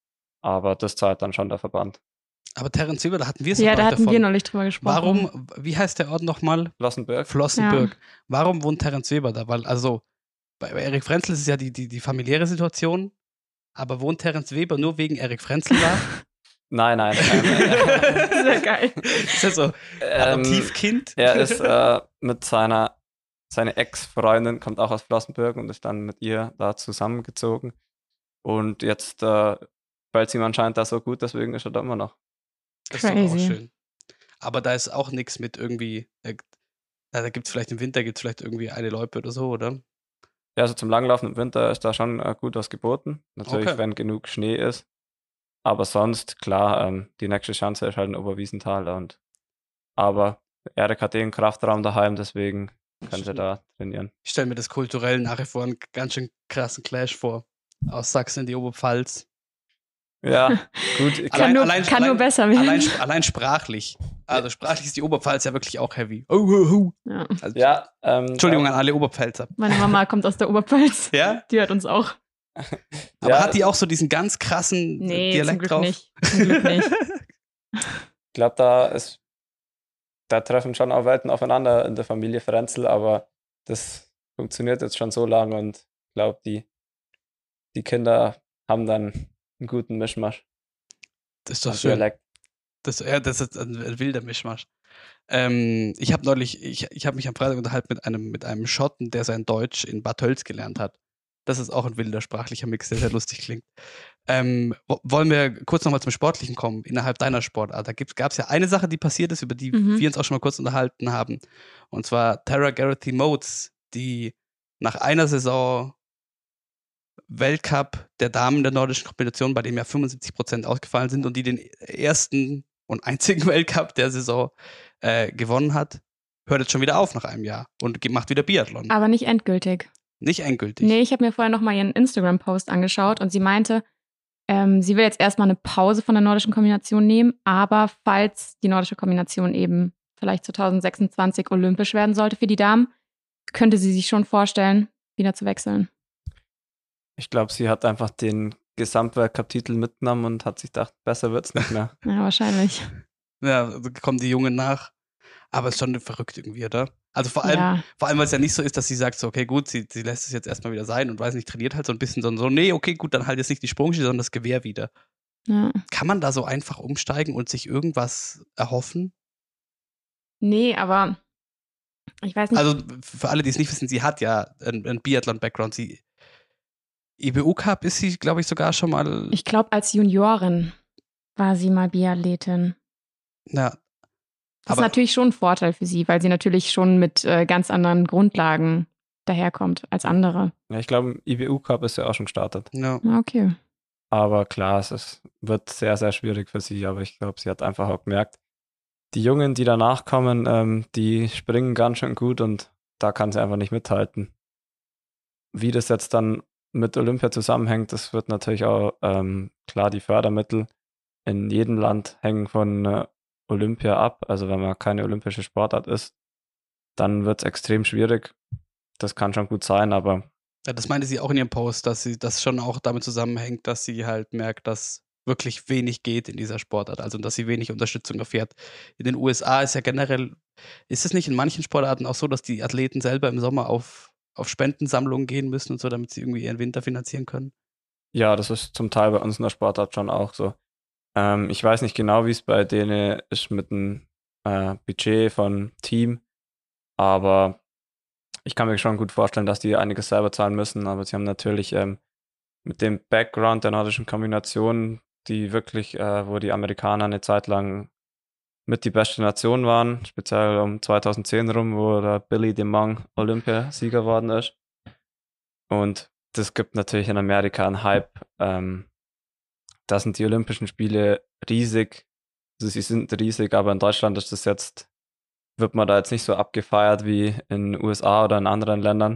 Aber das zahlt dann schon der Verband. Aber Terence Weber, da hatten wir es Ja, da hatten davon. wir neulich drüber gesprochen. Warum, wie heißt der Ort nochmal? Flossenbürg. Flossenbürg. Ja. Warum wohnt Terence Weber da? Weil, also, bei Erik Frenzel ist es ja die, die, die familiäre Situation, aber wohnt Terence Weber nur wegen Erik Frenzel da? Nein, nein. Ähm, Sehr geil. Ist das so Adoptivkind? Er ist äh, mit seiner seine Ex-Freundin, kommt auch aus Flossenbürg und ist dann mit ihr da zusammengezogen. Und jetzt äh, fällt es ihm anscheinend da so gut, deswegen ist er da immer noch. Das ist doch auch Crazy. schön. Aber da ist auch nichts mit irgendwie, äh, da gibt es vielleicht im Winter gibt's vielleicht irgendwie eine Loipe oder so, oder? Ja, also zum Langlaufen im Winter ist da schon äh, gut was geboten. Natürlich, Okay. wenn genug Schnee ist. Aber sonst, klar, ähm, die nächste Schanze ist halt in Oberwiesenthal. Und, aber Erik hat eh einen Kraftraum daheim, deswegen können sie da trainieren. Ich stelle mir das kulturell nach wie vor einen ganz schön krassen Clash vor. Aus Sachsen in die Oberpfalz. Ja, gut. ich- Kann, Allein- nur, allein- kann nur allein- besser werden. Allein, allein sprachlich. Also sprachlich ist die Oberpfalz ja wirklich auch heavy. Oh, oh, oh. Ja. Also, Ja, ähm, Entschuldigung an alle Oberpfälzer. Meine Mama kommt aus der Oberpfalz. Ja? Die hört uns auch. Aber ja, hat die auch so diesen ganz krassen äh, Nee, zum Dialekt Glück drauf? nicht. Zum Glück nicht. Ich glaube, da ist, da treffen schon auch Welten aufeinander in der Familie Frenzel, aber das funktioniert jetzt schon so lange und ich glaube, die, die Kinder haben dann einen guten Mischmasch. Das ist doch an schön. Dialekt. Das, ja, das ist ein, ein wilder Mischmasch. Ähm, ich habe neulich, ich, ich habe mich am Freitag unterhalten mit einem, mit einem Schotten, der sein Deutsch in Bad Tölz gelernt hat. Das ist auch ein wilder sprachlicher Mix, der sehr lustig klingt. Ähm, wo- wollen wir kurz nochmal zum Sportlichen kommen, innerhalb deiner Sportart. Da gab es ja eine Sache, die passiert ist, über die Mhm. wir uns auch schon mal kurz unterhalten haben. Und zwar Tara Garrity Motes, die nach einer Saison Weltcup der Damen der nordischen Kombination, bei dem ja fünfundsiebzig Prozent ausgefallen sind und die den ersten und einzigen Weltcup der Saison äh, gewonnen hat, hört jetzt schon wieder auf nach einem Jahr und ge- macht wieder Biathlon. Aber nicht endgültig. Nicht endgültig. Nee, ich habe mir vorher nochmal ihren Instagram-Post angeschaut und sie meinte, ähm, sie will jetzt erstmal eine Pause von der nordischen Kombination nehmen, aber falls die nordische Kombination eben vielleicht zwanzig sechsundzwanzig olympisch werden sollte für die Damen, könnte sie sich schon vorstellen, wieder zu wechseln. Ich glaube, sie hat einfach den Gesamtweltcup-Titel mitgenommen und hat sich gedacht, besser wird's nicht mehr. Ja, wahrscheinlich. Ja, da kommen die Jungen nach. Aber es ist schon verrückt irgendwie, oder? Also vor allem, Ja. vor allem, weil es ja nicht so ist, dass sie sagt, so, okay, gut, sie, sie lässt es jetzt erstmal wieder sein und weiß nicht, trainiert halt so ein bisschen, sondern so, nee, okay, gut, dann halt jetzt nicht die Sprungski, sondern das Gewehr wieder. Ja. Kann man da so einfach umsteigen und sich irgendwas erhoffen? Nee, aber ich weiß nicht. Also für alle, die es nicht wissen, sie hat ja einen, einen Biathlon-Background. Sie I B U-Cup ist sie, glaube ich, sogar schon mal. ich glaube, als Juniorin war sie mal Biathletin. Ja, Das aber ist natürlich schon ein Vorteil für sie, weil sie natürlich schon mit äh, ganz anderen Grundlagen daherkommt als andere. Ja, ich glaube, im I B U-Cup ist ja auch schon gestartet. ja. Ja, okay. Aber klar, es ist, wird sehr, sehr schwierig für sie. Aber ich glaube, sie hat einfach auch gemerkt, die Jungen, die danach kommen, ähm, die springen ganz schön gut und da kann sie einfach nicht mithalten. Wie das jetzt dann mit Olympia zusammenhängt, das wird natürlich auch, ähm, klar, die Fördermittel in jedem Land hängen von äh, Olympia ab. Also wenn man keine olympische Sportart ist, dann wird es extrem schwierig. Das kann schon gut sein, aber Ja, das meinte sie auch in ihrem Post, dass sie das schon auch damit zusammenhängt, dass sie halt merkt, dass wirklich wenig geht in dieser Sportart, also dass sie wenig Unterstützung erfährt. In den U S A ist ja generell, ist es nicht in manchen Sportarten auch so, dass die Athleten selber im Sommer auf, auf Spendensammlungen gehen müssen und so, damit sie irgendwie ihren Winter finanzieren können? ja, das ist zum Teil bei uns in der Sportart schon auch so. Ähm, ich weiß nicht genau, wie es bei denen ist mit dem äh, Budget von Team, aber ich kann mir schon gut vorstellen, dass die einiges selber zahlen müssen, aber sie haben natürlich ähm, mit dem Background der nordischen Kombination, die wirklich, äh, wo die Amerikaner eine Zeit lang mit die beste Nation waren, speziell um zweitausendzehn rum, wo der Billy DeMong Olympiasieger worden ist. Und das gibt natürlich in Amerika einen Hype. Ähm, da sind die Olympischen Spiele riesig. Also sie sind riesig, aber in Deutschland ist das jetzt, wird man da jetzt nicht so abgefeiert wie in den U S A oder in anderen Ländern.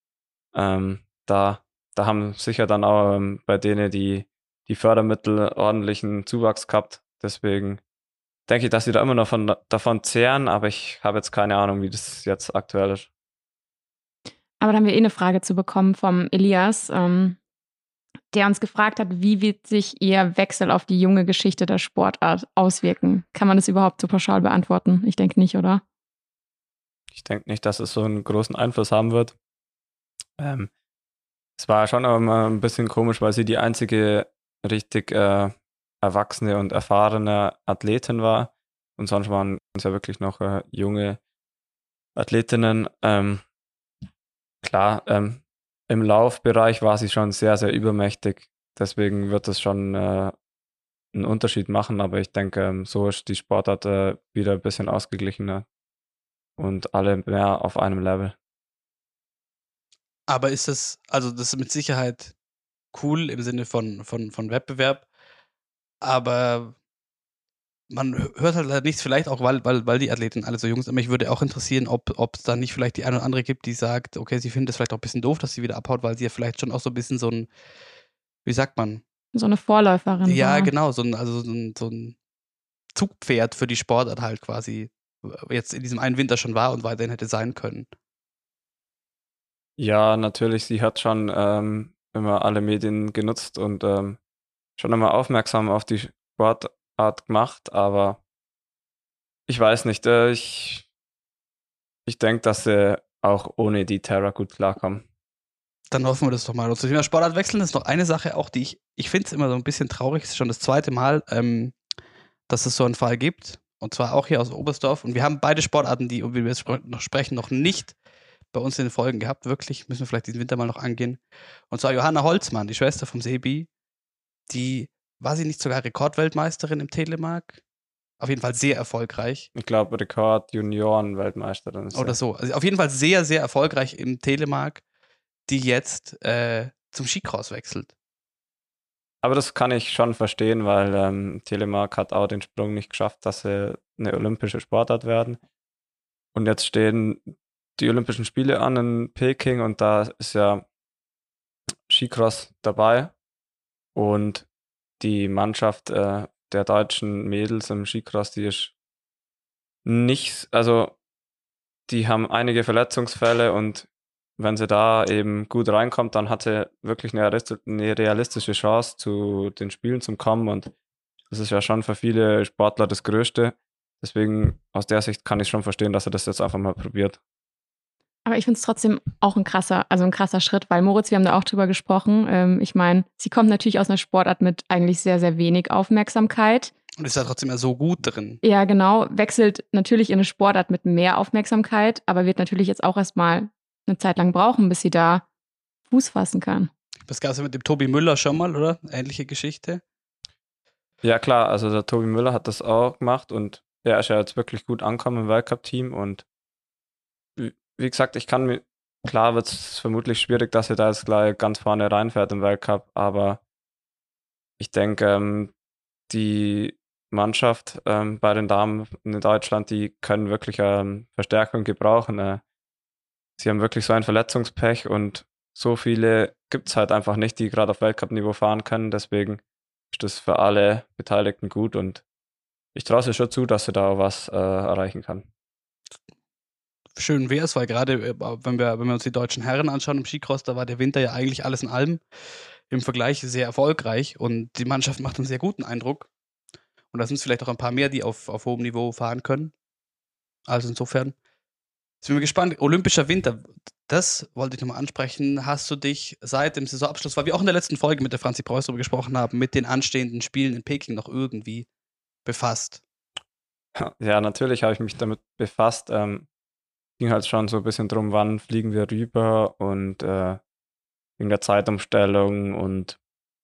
Ähm, da, da haben sicher dann auch ähm, bei denen die, die Fördermittel ordentlichen Zuwachs gehabt. Deswegen denke ich, dass sie da immer noch von, davon zehren, aber ich habe jetzt keine Ahnung, wie das jetzt aktuell ist. Aber da haben wir eh eine Frage zu bekommen vom Elias, ähm, der uns gefragt hat, wie wird sich Ihr Wechsel auf die junge Geschichte der Sportart auswirken? Kann man das überhaupt so pauschal beantworten? Ich denke nicht, oder? Ich denke nicht, dass es so einen großen Einfluss haben wird. Ähm, es war schon immer ein bisschen komisch, weil sie die einzige richtig äh, erwachsene und erfahrene Athletin war. Und sonst waren es ja wirklich noch äh, junge Athletinnen. Ähm, klar, ähm, im Laufbereich war sie schon sehr, sehr übermächtig. Deswegen wird das schon äh, einen Unterschied machen. Aber ich denke, ähm, so ist die Sportart äh, wieder ein bisschen ausgeglichener und alle mehr auf einem Level. Aber ist das, also das ist mit Sicherheit cool im Sinne von, von, von Wettbewerb, aber man hört halt leider nichts, vielleicht auch, weil, weil, weil die Athleten alle so jung sind, aber mich würde auch interessieren, ob ob es da nicht vielleicht die eine oder andere gibt, die sagt, okay, sie findet es vielleicht auch ein bisschen doof, dass sie wieder abhaut, weil sie ja vielleicht schon auch so ein bisschen so ein, wie sagt man? So eine Vorläuferin Ja, war. genau, so ein, also so ein, so ein Zugpferd für die Sportart halt quasi jetzt in diesem einen Winter schon war und weiterhin hätte sein können. Ja, natürlich, sie hat schon ähm, immer alle Medien genutzt und ähm, schon immer aufmerksam auf die Sportart gemacht, aber ich weiß nicht, äh, ich, ich denke, dass sie auch ohne die Terra gut klarkommen. Dann hoffen wir das doch mal. Und zu Thema Sportart wechseln ist noch eine Sache auch, die ich, ich finde es immer so ein bisschen traurig, es ist schon das zweite Mal, ähm, dass es so einen Fall gibt. Und zwar auch hier aus Oberstdorf. Und wir haben beide Sportarten, die, über die wir jetzt noch sprechen, noch nicht bei uns in den Folgen gehabt. Wirklich, müssen wir vielleicht diesen Winter mal noch angehen. Und zwar Johanna Holzmann, die Schwester vom Sebi. Die, war sie nicht sogar Rekordweltmeisterin im Telemark? Auf jeden Fall sehr erfolgreich. Ich glaube, Rekord Junioren-Weltmeisterin ist Oder sie. so. Also auf jeden Fall sehr, sehr erfolgreich im Telemark, die jetzt äh, zum Skicross wechselt. Aber das kann ich schon verstehen, weil ähm, Telemark hat auch den Sprung nicht geschafft, dass sie eine olympische Sportart werden. Und jetzt stehen die Olympischen Spiele an in Peking und da ist ja Skicross dabei. Und die Mannschaft äh, der deutschen Mädels im Skicross, die ist nicht, also die haben einige Verletzungsfälle und wenn sie da eben gut reinkommt, dann hat sie wirklich eine, eine realistische Chance, zu den Spielen zu kommen und das ist ja schon für viele Sportler das Größte. Deswegen aus der Sicht kann ich schon verstehen, dass er das jetzt einfach mal probiert. Aber ich finde es trotzdem auch ein krasser, also ein krasser Schritt, weil Moritz, wir haben da auch drüber gesprochen. Ähm, ich meine, sie kommt natürlich aus einer Sportart mit eigentlich sehr, sehr wenig Aufmerksamkeit. Und ist da trotzdem ja so gut drin. Ja, genau. Wechselt natürlich in eine Sportart mit mehr Aufmerksamkeit, aber wird natürlich jetzt auch erstmal eine Zeit lang brauchen, bis sie da Fuß fassen kann. Das gab es ja mit dem Tobi Müller schon mal, oder? Ähnliche Geschichte. Ja, klar, also der Tobi Müller hat das auch gemacht und er ist ja jetzt wirklich gut angekommen im Weltcup-Team und wie gesagt, ich kann mir, klar wird es vermutlich schwierig, dass er da jetzt gleich ganz vorne reinfährt im Weltcup, aber ich denke, ähm, die Mannschaft ähm, bei den Damen in Deutschland, die können wirklich ähm, Verstärkung gebrauchen. Äh, sie haben wirklich so ein Verletzungspech und so viele gibt es halt einfach nicht, die gerade auf Weltcup-Niveau fahren können. Deswegen ist das für alle Beteiligten gut und ich traue sie schon zu, dass sie da was äh, erreichen kann. schön wäre es, weil gerade, äh, wenn wir, wenn wir uns die deutschen Herren anschauen im Skicross, da war der Winter ja eigentlich alles in allem im Vergleich sehr erfolgreich und die Mannschaft macht einen sehr guten Eindruck. Und da sind es vielleicht auch ein paar mehr, die auf, auf hohem Niveau fahren können. Also insofern sind wir gespannt. Olympischer Winter, das wollte ich nochmal ansprechen. Hast du dich seit dem Saisonabschluss, weil wir auch in der letzten Folge mit der Franzi Preuß darüber gesprochen haben, mit den anstehenden Spielen in Peking noch irgendwie befasst? Ja, natürlich habe ich mich damit befasst. Ähm, ging halt schon so ein bisschen drum, wann fliegen wir rüber und äh, wegen der Zeitumstellung und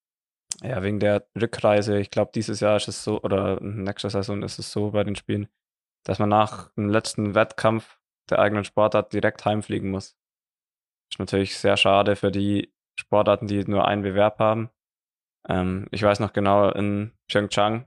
ja, wegen der Rückreise. Ich glaube, dieses Jahr ist es so, oder nächste Saison ist es so bei den Spielen, dass man nach dem letzten Wettkampf der eigenen Sportart direkt heimfliegen muss. Ist natürlich sehr schade für die Sportarten, die nur einen Bewerb haben. Ähm, ich weiß noch genau, in Pyeongchang,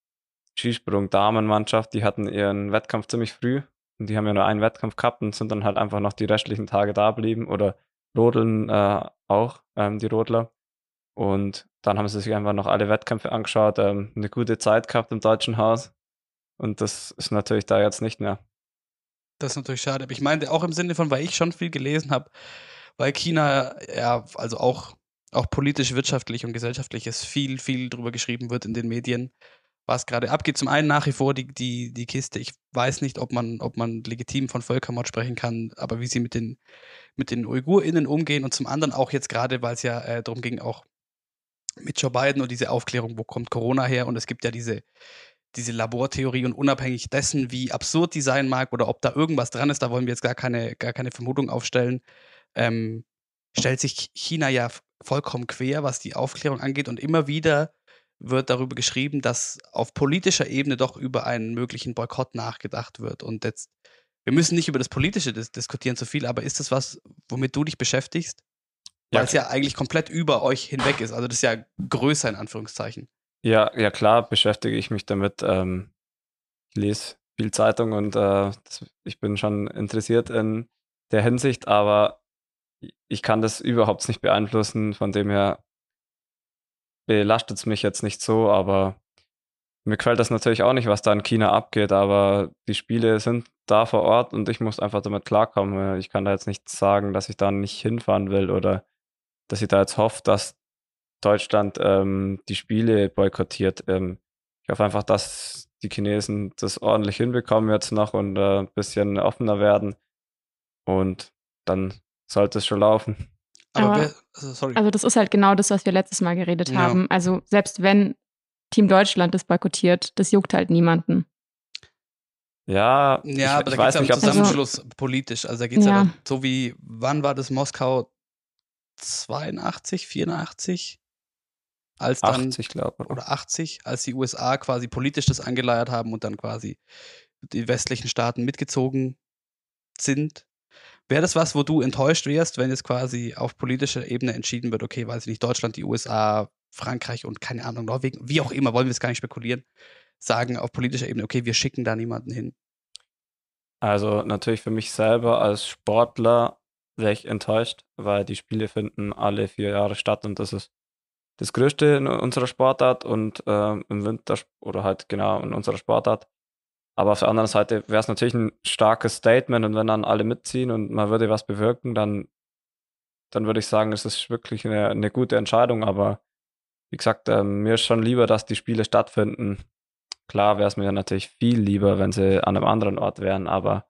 Skisprung-Damenmannschaft, die hatten ihren Wettkampf ziemlich früh und die haben ja nur einen Wettkampf gehabt und sind dann halt einfach noch die restlichen Tage da geblieben oder Rodeln äh, auch, ähm, die Rodler. Und dann haben sie sich einfach noch alle Wettkämpfe angeschaut, ähm, eine gute Zeit gehabt im Deutschen Haus und das ist natürlich da jetzt nicht mehr. Das ist natürlich schade. Aber ich meinte auch im Sinne von, weil ich schon viel gelesen habe, weil China ja, also auch, auch politisch, wirtschaftlich und gesellschaftlich es viel, viel drüber geschrieben wird in den Medien, was gerade abgeht. Zum einen nach wie vor die, die, die Kiste. Ich weiß nicht, ob man, ob man legitim von Völkermord sprechen kann, aber wie sie mit den, mit den UigurInnen umgehen und zum anderen auch jetzt gerade, weil es ja äh, darum ging, auch mit Joe Biden und diese Aufklärung, wo kommt Corona her? Und es gibt ja diese, diese Labortheorie und unabhängig dessen, wie absurd die sein mag oder ob da irgendwas dran ist, da wollen wir jetzt gar keine, gar keine Vermutung aufstellen, ähm, stellt sich China ja vollkommen quer, was die Aufklärung angeht und immer wieder wird darüber geschrieben, dass auf politischer Ebene doch über einen möglichen Boykott nachgedacht wird. Und jetzt, wir müssen nicht über das Politische dis- diskutieren so viel, aber ist das was, womit du dich beschäftigst? Ja, Weil es ja eigentlich komplett über euch hinweg ist. Also das ist ja größer in Anführungszeichen. Ja, ja klar beschäftige ich mich damit. Ähm, ich lese viel Zeitung und äh, das, ich bin schon interessiert in der Hinsicht, aber ich kann das überhaupt nicht beeinflussen. Von dem her belastet es mich jetzt nicht so, aber mir gefällt das natürlich auch nicht, was da in China abgeht, aber die Spiele sind da vor Ort und ich muss einfach damit klarkommen. Ich kann da jetzt nicht sagen, dass ich da nicht hinfahren will oder dass ich da jetzt hoffe, dass Deutschland ähm, die Spiele boykottiert. Ähm, ich hoffe einfach, dass die Chinesen das ordentlich hinbekommen jetzt noch und äh, ein bisschen offener werden und dann sollte es schon laufen. Aber, Aber- wer, also sorry. Also das ist halt genau das, was wir letztes Mal geredet Ja. haben. Also selbst wenn Team Deutschland das boykottiert, das juckt halt niemanden. Ja, Ja, ich, aber ich da geht weiß es ja um nicht, ob das Zusammenschluss politisch. Also da geht es ja, Ja. dann, so wie, wann war das Moskau zweiundachtzig, vierundachtzig? Als dann, achtzig, glaube ich. oder achtzig, als die U S A quasi politisch das angeleiert haben und dann quasi die westlichen Staaten mitgezogen sind. Wäre das was, wo du enttäuscht wärst, wenn jetzt quasi auf politischer Ebene entschieden wird, okay, weiß ich nicht, Deutschland, die U S A, Frankreich und keine Ahnung, Norwegen, wie auch immer, wollen wir es gar nicht spekulieren, sagen auf politischer Ebene, okay, wir schicken da niemanden hin. Also natürlich für mich selber als Sportler wäre ich enttäuscht, weil die Spiele finden alle vier Jahre statt und das ist das Größte in unserer Sportart und ähm, im Winter oder halt genau in unserer Sportart. Aber auf der anderen Seite wäre es natürlich ein starkes Statement und wenn dann alle mitziehen und man würde was bewirken, dann, dann würde ich sagen, es ist wirklich eine, eine gute Entscheidung. Aber wie gesagt, ähm, mir ist schon lieber, dass die Spiele stattfinden. Klar wäre es mir natürlich viel lieber, wenn sie an einem anderen Ort wären, aber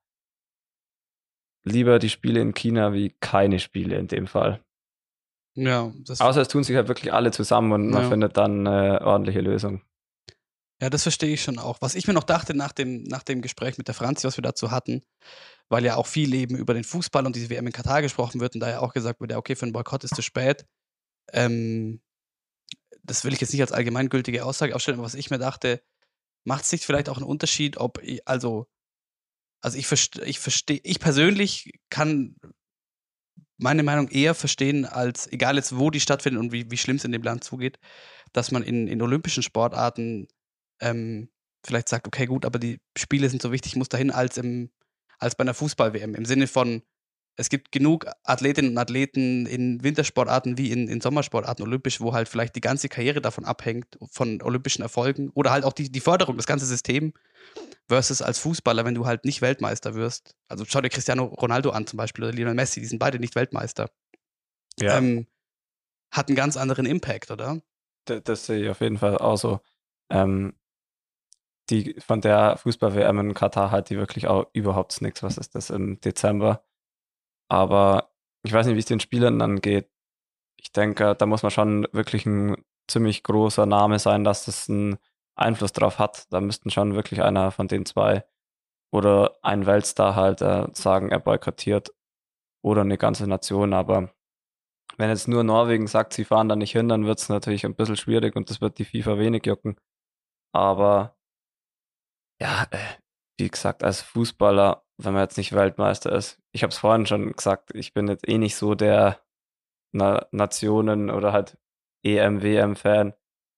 lieber die Spiele in China wie keine Spiele in dem Fall. Ja, das, Außer es tun sich halt wirklich alle zusammen und man Ja. findet dann eine ordentliche Lösung. ja, das verstehe ich schon auch. Was ich mir noch dachte nach dem, nach dem Gespräch mit der Franzi, was wir dazu hatten, weil ja auch viel eben über den Fußball und diese W M in Katar gesprochen wird und da ja auch gesagt wird, ja, okay, für einen Boykott ist zu spät. Ähm, das will ich jetzt nicht als allgemeingültige Aussage aufstellen, aber was ich mir dachte, macht es nicht vielleicht auch einen Unterschied, ob, ich, also, also ich verstehe, ich verstehe, ich persönlich kann meine Meinung eher verstehen, als, egal jetzt wo die stattfinden und wie, wie schlimm es in dem Land zugeht, dass man in, in olympischen Sportarten ähm, vielleicht sagt, okay, gut, aber die Spiele sind so wichtig, ich muss dahin, als, im, als bei einer Fußball-W M. Im Sinne von, es gibt genug Athletinnen und Athleten in Wintersportarten wie in, in Sommersportarten olympisch, wo halt vielleicht die ganze Karriere davon abhängt, von olympischen Erfolgen oder halt auch die, die Förderung, das ganze System, versus als Fußballer, wenn du halt nicht Weltmeister wirst. Also schau dir Cristiano Ronaldo an zum Beispiel oder Lionel Messi, die sind beide nicht Weltmeister. Ja, Ähm, hat einen ganz anderen Impact, oder? d- das sehe ich auf jeden Fall auch so. Ähm, die von der Fußball-W M in Katar hat die wirklich auch überhaupt nichts. Was ist das im Dezember? Aber ich weiß nicht, wie es den Spielern dann geht. Ich denke, da muss man schon wirklich ein ziemlich großer Name sein, dass das einen Einfluss drauf hat. Da müssten schon wirklich einer von den zwei oder ein Weltstar halt äh, sagen, er boykottiert oder eine ganze Nation. Aber wenn jetzt nur Norwegen sagt, sie fahren da nicht hin, dann wird es natürlich ein bisschen schwierig und das wird die FIFA wenig jucken. Aber ja, äh, wie gesagt, als Fußballer, wenn man jetzt nicht Weltmeister ist, ich habe es vorhin schon gesagt, ich bin jetzt eh nicht so der Na Nationen- oder halt E M, W M-Fan.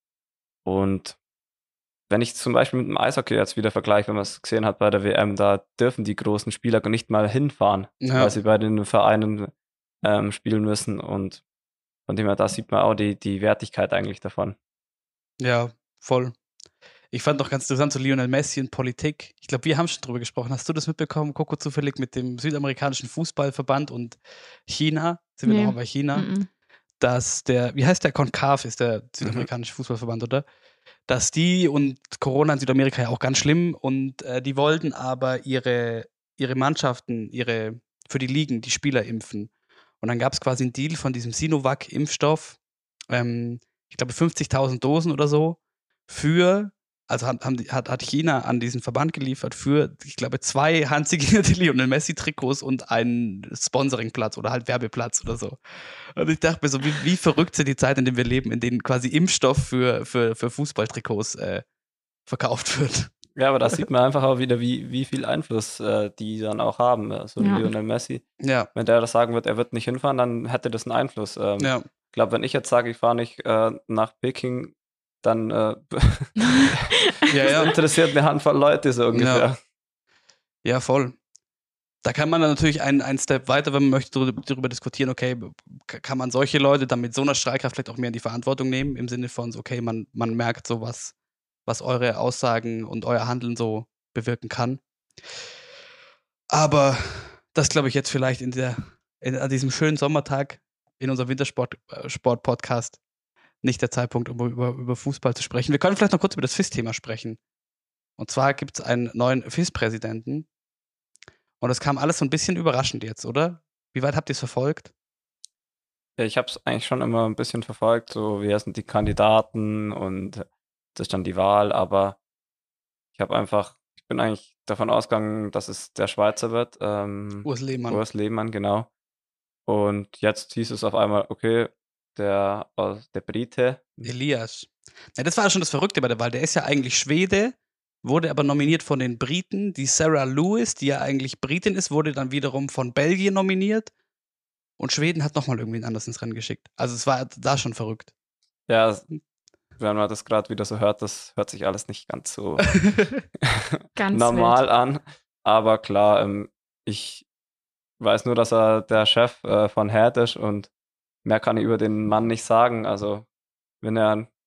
Und wenn ich zum Beispiel mit dem Eishockey jetzt wieder vergleiche, wenn man es gesehen hat bei der W M, da dürfen die großen Spieler gar nicht mal hinfahren, Ja. weil sie bei den Vereinen ähm, spielen müssen. Und von dem her, da sieht man auch die, die Wertigkeit eigentlich davon. Ja, voll. Ich fand noch ganz interessant so Lionel Messi und Politik. Ich glaube, wir haben schon drüber gesprochen. Hast du das mitbekommen, Coco, zufällig mit dem südamerikanischen Fußballverband und China? Sind wir Nee. nochmal bei China? Mhm. Dass der, wie heißt der, CONCACAF ist der südamerikanische Fußballverband, oder? Dass die und Corona in Südamerika ja auch ganz schlimm und äh, die wollten aber ihre, ihre Mannschaften, ihre, für die Ligen, die Spieler impfen. Und dann gab es quasi einen Deal von diesem Sinovac-Impfstoff, ähm, ich glaube fünfzigtausend Dosen oder so, für, also hat, haben die, hat, hat China an diesen Verband geliefert für, ich glaube, zwei handsignierte Lionel Messi-Trikots und einen Sponsoringplatz oder halt Werbeplatz oder so. Und ich dachte mir so, wie, wie verrückt sind die Zeit, in der wir leben, in denen quasi Impfstoff für, für, für Fußballtrikots äh, verkauft wird. Ja, aber da sieht man einfach auch wieder, wie, wie viel Einfluss äh, die dann auch haben. So Ja. Lionel Messi. Ja, Wenn der das sagen wird, er wird nicht hinfahren, dann hätte das einen Einfluss. Ähm, ja. Ich glaube, wenn ich jetzt sage, ich fahre nicht äh, nach Peking, dann äh, Ja, das ja. interessiert eine Handvoll Leute so ungefähr. Ja, voll. Da kann man dann natürlich einen, einen Step weiter, wenn man möchte, darüber, darüber diskutieren, okay, k- kann man solche Leute dann mit so einer Strahlkraft vielleicht auch mehr in die Verantwortung nehmen, im Sinne von, so, okay, man, man merkt so, was, was eure Aussagen und euer Handeln so bewirken kann. Aber das glaube ich jetzt vielleicht in der, in, an diesem schönen Sommertag in unserem Wintersport-Podcast nicht der Zeitpunkt, um über, über Fußball zu sprechen. Wir können vielleicht noch kurz über das F I S-Thema sprechen. Und zwar gibt es einen neuen F I S-Präsidenten. Und das kam alles so ein bisschen überraschend jetzt, oder? Wie weit habt ihr es verfolgt? Ja, ich habe es eigentlich schon immer ein bisschen verfolgt, so wer sind die Kandidaten und das ist dann die Wahl, aber ich habe einfach, ich bin eigentlich davon ausgegangen, dass es der Schweizer wird, ähm, Urs Lehmann. Urs Lehmann, genau. Und jetzt hieß es auf einmal, okay, der, aus- der Brite, Elias. Ja, das war ja schon das Verrückte bei der Wahl. Der ist ja eigentlich Schwede, wurde aber nominiert von den Briten. Die Sarah Lewis, die ja eigentlich Britin ist, wurde dann wiederum von Belgien nominiert. Und Schweden hat nochmal irgendwen anders ins Rennen geschickt. Also es war da schon verrückt. ja, s- wenn man das gerade wieder so hört, das hört sich alles nicht ganz so Ganz normal wild. an. Aber klar, ähm, ich weiß nur, dass er der Chef äh, von H E D ist und mehr kann ich über den Mann nicht sagen. Also, wenn er einen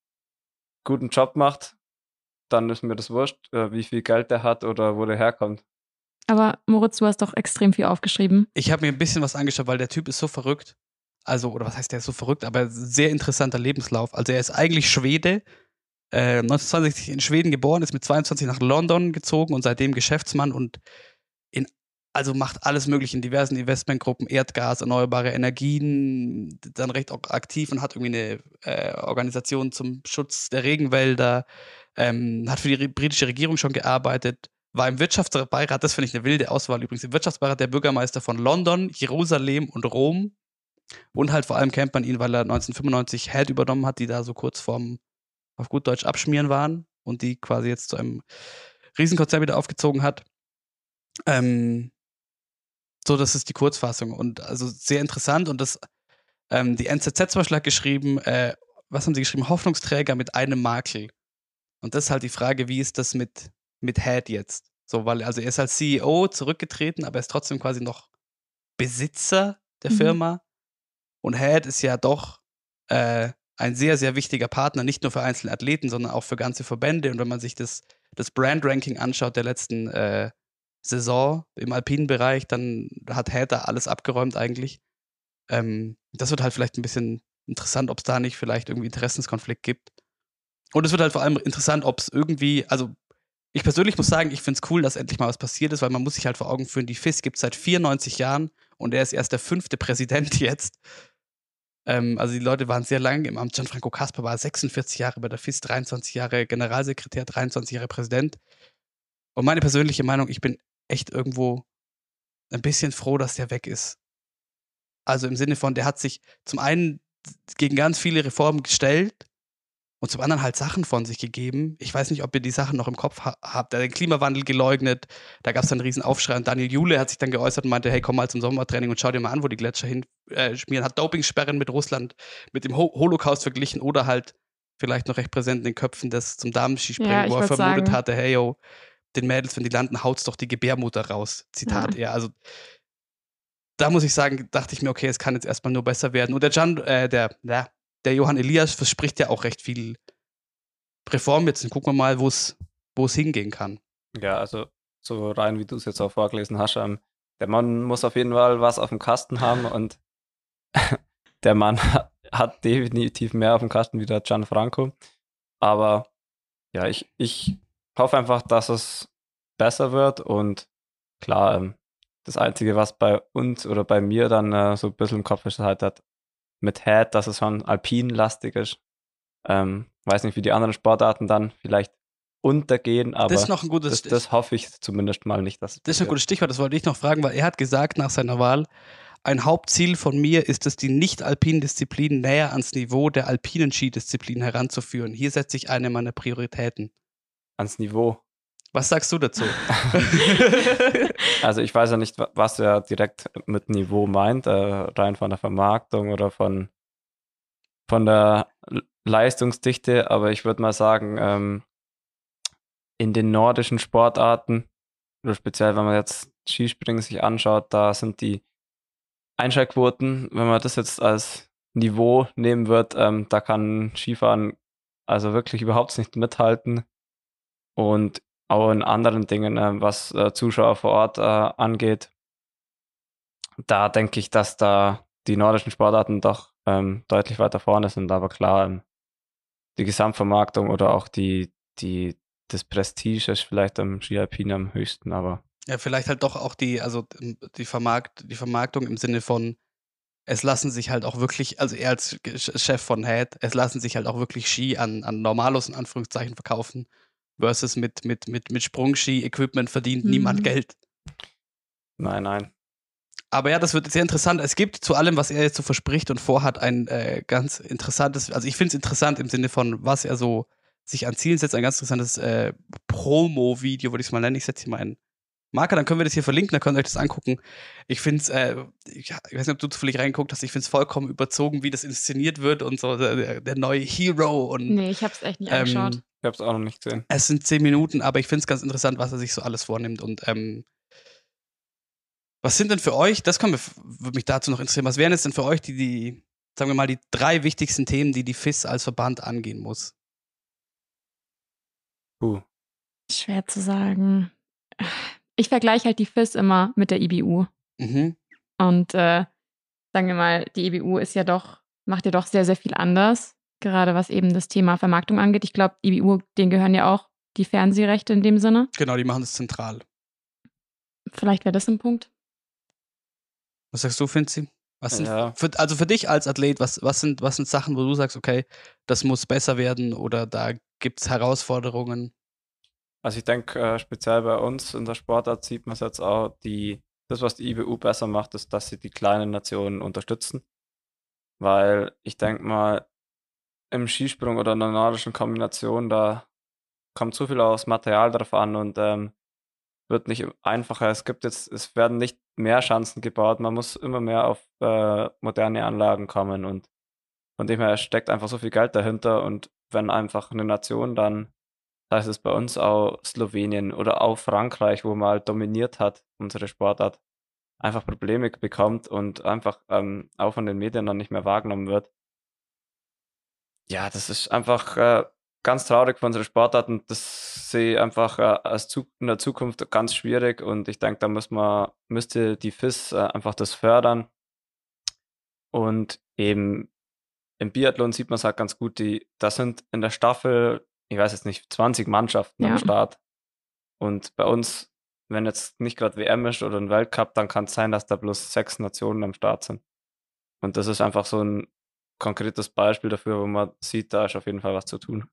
guten Job macht, dann ist mir das wurscht, äh, wie viel Geld der hat oder wo der herkommt. Aber Moritz, du hast doch extrem viel aufgeschrieben. Ich habe mir ein bisschen was angeschaut, weil der Typ ist so verrückt. Also, oder was heißt der ist so verrückt, aber sehr interessanter Lebenslauf. Also er ist eigentlich Schwede, äh, neunzehnhundertzweiundsechzig in Schweden geboren, ist mit zweiundzwanzig nach London gezogen und seitdem Geschäftsmann und in, also macht alles mögliche in diversen Investmentgruppen, Erdgas, erneuerbare Energien, dann recht auch aktiv und hat irgendwie eine äh, Organisation zum Schutz der Regenwälder, ähm, hat für die re- britische Regierung schon gearbeitet, war im Wirtschaftsbeirat, das finde ich eine wilde Auswahl übrigens, im Wirtschaftsbeirat der Bürgermeister von London, Jerusalem und Rom. Und halt vor allem kennt man ihn, weil er neunzehnhundertfünfundneunzig H E D übernommen hat, die da so kurz vorm, auf gut Deutsch, Abschmieren waren und die quasi jetzt zu einem Riesenkonzern wieder aufgezogen hat. Ähm, so, das ist die Kurzfassung. Und also sehr interessant. Und das, ähm, die N Z Z zum Beispiel hat geschrieben, äh, was haben sie geschrieben? Hoffnungsträger mit einem Makel. Und das ist halt die Frage, wie ist das mit, mit H E D jetzt? So, weil, also er ist als C E O zurückgetreten, aber er ist trotzdem quasi noch Besitzer der Mhm. Firma. Und H E D ist ja doch äh, ein sehr, sehr wichtiger Partner, nicht nur für einzelne Athleten, sondern auch für ganze Verbände. Und wenn man sich das das Brand-Ranking anschaut der letzten äh, Saison im alpinen Bereich, dann hat Head da alles abgeräumt eigentlich. Ähm, das wird halt vielleicht ein bisschen interessant, ob es da nicht vielleicht irgendwie Interessenskonflikt gibt. Und es wird halt vor allem interessant, ob es irgendwie, also ich persönlich muss sagen, ich finde es cool, dass endlich mal was passiert ist, weil man muss sich halt vor Augen führen, die F I S gibt es seit vierundneunzig Jahren und er ist erst der fünfte Präsident jetzt. Ähm, also die Leute waren sehr lang im Amt. Gianfranco Casper war sechsundvierzig Jahre bei der F I S, dreiundzwanzig Jahre Generalsekretär, dreiundzwanzig Jahre Präsident. Und meine persönliche Meinung, ich bin echt irgendwo ein bisschen froh, dass der weg ist. Also im Sinne von, der hat sich zum einen gegen ganz viele Reformen gestellt und zum anderen halt Sachen von sich gegeben. Ich weiß nicht, ob ihr die Sachen noch im Kopf ha- habt. Er hat den Klimawandel geleugnet. Da gab es dann einen riesen Aufschrei. Und Daniel Jule hat sich dann geäußert und meinte, hey, komm mal zum Sommertraining und schau dir mal an, wo die Gletscher hinschmieren. Äh, hat Dopingsperren mit Russland, mit dem Ho- Holocaust verglichen oder halt vielleicht noch recht präsent in den Köpfen des zum Damenskispringen, Ja, ich wo er wollt vermutet sagen. hatte, hey, yo, den Mädels, wenn die landen, haut's doch die Gebärmutter raus. Zitat Ja. er. Also da muss ich sagen, dachte ich mir, okay, es kann jetzt erstmal nur besser werden. Und der Gian, äh, der, ja, der Johann Elias verspricht ja auch recht viel Reform jetzt. Dann gucken wir mal, wo es wo es hingehen kann. Ja, also so rein, wie du es jetzt auch vorgelesen hast, ähm, der Mann muss auf jeden Fall was auf dem Kasten haben und der Mann hat, hat definitiv mehr auf dem Kasten wie der Gianfranco. Aber ja, ich, ich hoffe einfach, dass es besser wird und klar, ähm, das Einzige, was bei uns oder bei mir dann äh, so ein bisschen im Kopf ist, halt hat mit Head, dass es schon alpinlastig ist. Ähm, weiß nicht, wie die anderen Sportarten dann vielleicht untergehen, aber Das ist noch ein gutes das, das hoffe ich zumindest mal nicht, dass es Das ist ein passiert. gutes Stichwort, das wollte ich noch fragen, weil er hat gesagt nach seiner Wahl, ein Hauptziel von mir ist es, die nicht-alpinen Disziplinen näher ans Niveau der alpinen Skidisziplinen heranzuführen. Hier setze ich eine meiner Prioritäten. Ans Niveau. Was sagst du dazu? Also ich weiß ja nicht, wa- was er direkt mit Niveau meint, äh, rein von der Vermarktung oder von, von der L- Leistungsdichte, aber ich würde mal sagen, ähm, in den nordischen Sportarten, oder speziell wenn man jetzt Skispringen sich anschaut, da sind die Einschaltquoten, wenn man das jetzt als Niveau nehmen wird, ähm, da kann Skifahren also wirklich überhaupt nicht mithalten. Und auch in anderen Dingen, ähm, was äh, Zuschauer vor Ort äh, angeht, da denke ich, dass da die nordischen Sportarten doch ähm, deutlich weiter vorne sind. Aber klar, ähm, die Gesamtvermarktung oder auch die, die, das Prestige ist vielleicht am Ski Alpin am höchsten, aber Ja, vielleicht halt doch auch die, also ähm, die, Vermarkt, die Vermarktung im Sinne von, es lassen sich halt auch wirklich, also er als Ge- Chef von Head, es lassen sich halt auch wirklich Ski an, an Normalos in Anführungszeichen verkaufen, versus mit, mit, mit, mit Sprungski-Equipment verdient Mhm. niemand Geld. nein, nein. Aber ja, das wird sehr interessant. Es gibt zu allem, was er jetzt so verspricht und vorhat, ein äh, ganz interessantes, also ich finde es interessant im Sinne von, was er so sich an Zielen setzt, ein ganz interessantes äh, Promo-Video, würde ich es mal nennen. Ich setze hier mal einen Marker, dann können wir das hier verlinken, dann könnt ihr euch das angucken. Ich finde es, äh, ich, ich weiß nicht, ob du zufällig reingeguckt hast, ich finde es vollkommen überzogen, wie das inszeniert wird und so, der, der neue Hero und Nee, ich hab's echt nicht angeschaut. ähm, Ich habe es auch noch nicht gesehen. es sind zehn Minuten, aber ich finde es ganz interessant, was er sich so alles vornimmt. Und ähm, was sind denn für euch, das kann mich, würde mich dazu noch interessieren, was wären jetzt denn für euch die, die, sagen wir mal, die drei wichtigsten Themen, die die F I S als Verband angehen muss? Puh. Schwer zu sagen. Ich vergleiche halt die F I S immer mit der I B U. Mhm. Und äh, sagen wir mal, die I B U ist ja doch, macht ja doch sehr, sehr viel anders, gerade was eben das Thema Vermarktung angeht. Ich glaube, I B U, denen gehören ja auch die Fernsehrechte in dem Sinne. Genau, die machen das zentral. Vielleicht wäre das ein Punkt. Was sagst du, Finzi? Was sind, Ja. für, also für dich als Athlet, was, was, sind, was sind Sachen, wo du sagst, okay, das muss besser werden oder da gibt es Herausforderungen? Also ich denke, äh, speziell bei uns in der Sportart sieht man es jetzt auch, die, das, was die I B U besser macht, ist, dass sie die kleinen Nationen unterstützen. Weil ich denke mal, im Skisprung oder in einer nordischen Kombination, da kommt so viel aus Material drauf an und ähm, wird nicht einfacher. Es gibt jetzt, es werden nicht mehr Schanzen gebaut, man muss immer mehr auf äh, moderne Anlagen kommen und von dem her steckt einfach so viel Geld dahinter und wenn einfach eine Nation dann, da ist es bei uns auch Slowenien oder auch Frankreich, wo man halt dominiert hat, unsere Sportart, einfach Probleme bekommt und einfach ähm, auch von den Medien dann nicht mehr wahrgenommen wird. Ja, das ist einfach äh, ganz traurig für unsere Sportart und das sehe ich einfach äh, als Zu- in der Zukunft ganz schwierig und ich denke, da muss man, müsste die F I S äh, einfach das fördern und eben im Biathlon sieht man es halt ganz gut, die, das sind in der Staffel, ich weiß jetzt nicht, zwanzig Mannschaften Ja. am Start und bei uns, wenn jetzt nicht gerade W M ist oder ein Weltcup, dann kann es sein, dass da bloß sechs Nationen am Start sind und das ist einfach so ein konkretes Beispiel dafür, wo man sieht, da ist auf jeden Fall was zu tun.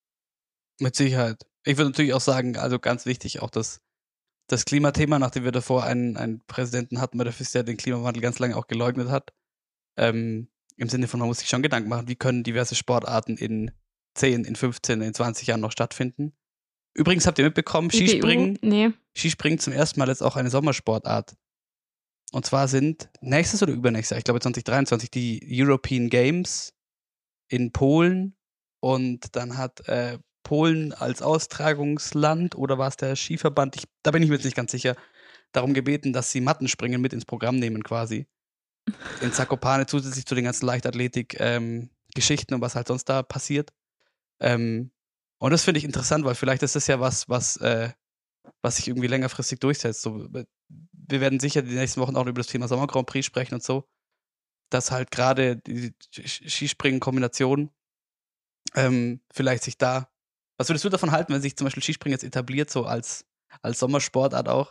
Mit Sicherheit. Ich würde natürlich auch sagen, also ganz wichtig, auch das, das Klimathema, nachdem wir davor einen, einen Präsidenten hatten bei der F I S, der den Klimawandel ganz lange auch geleugnet hat. Ähm, Im Sinne von, man muss sich schon Gedanken machen, wie können diverse Sportarten in zehn, in fünfzehn, in zwanzig Jahren noch stattfinden. Übrigens habt ihr mitbekommen, I B U? Skispringen, Nee. Skispringen zum ersten Mal jetzt auch eine Sommersportart. Und zwar sind nächstes oder übernächstes Jahr, ich glaube zwanzig dreiundzwanzig, die European Games in Polen und dann hat äh, Polen als Austragungsland oder war es der Skiverband, ich, da bin ich mir jetzt nicht ganz sicher, darum gebeten, dass sie Mattenspringen mit ins Programm nehmen quasi. In Zakopane zusätzlich zu den ganzen Leichtathletik-Geschichten ähm, und was halt sonst da passiert. Ähm, und das finde ich interessant, weil vielleicht ist das ja was, was, äh, was sich irgendwie längerfristig durchsetzt. So, wir werden sicher die nächsten Wochen auch über das Thema Sommer Grand Prix sprechen und so, dass halt gerade die Skispringen-Kombination ähm, vielleicht sich da. Was würdest du davon halten, wenn sich zum Beispiel Skispringen jetzt etabliert, so als, als Sommersportart auch?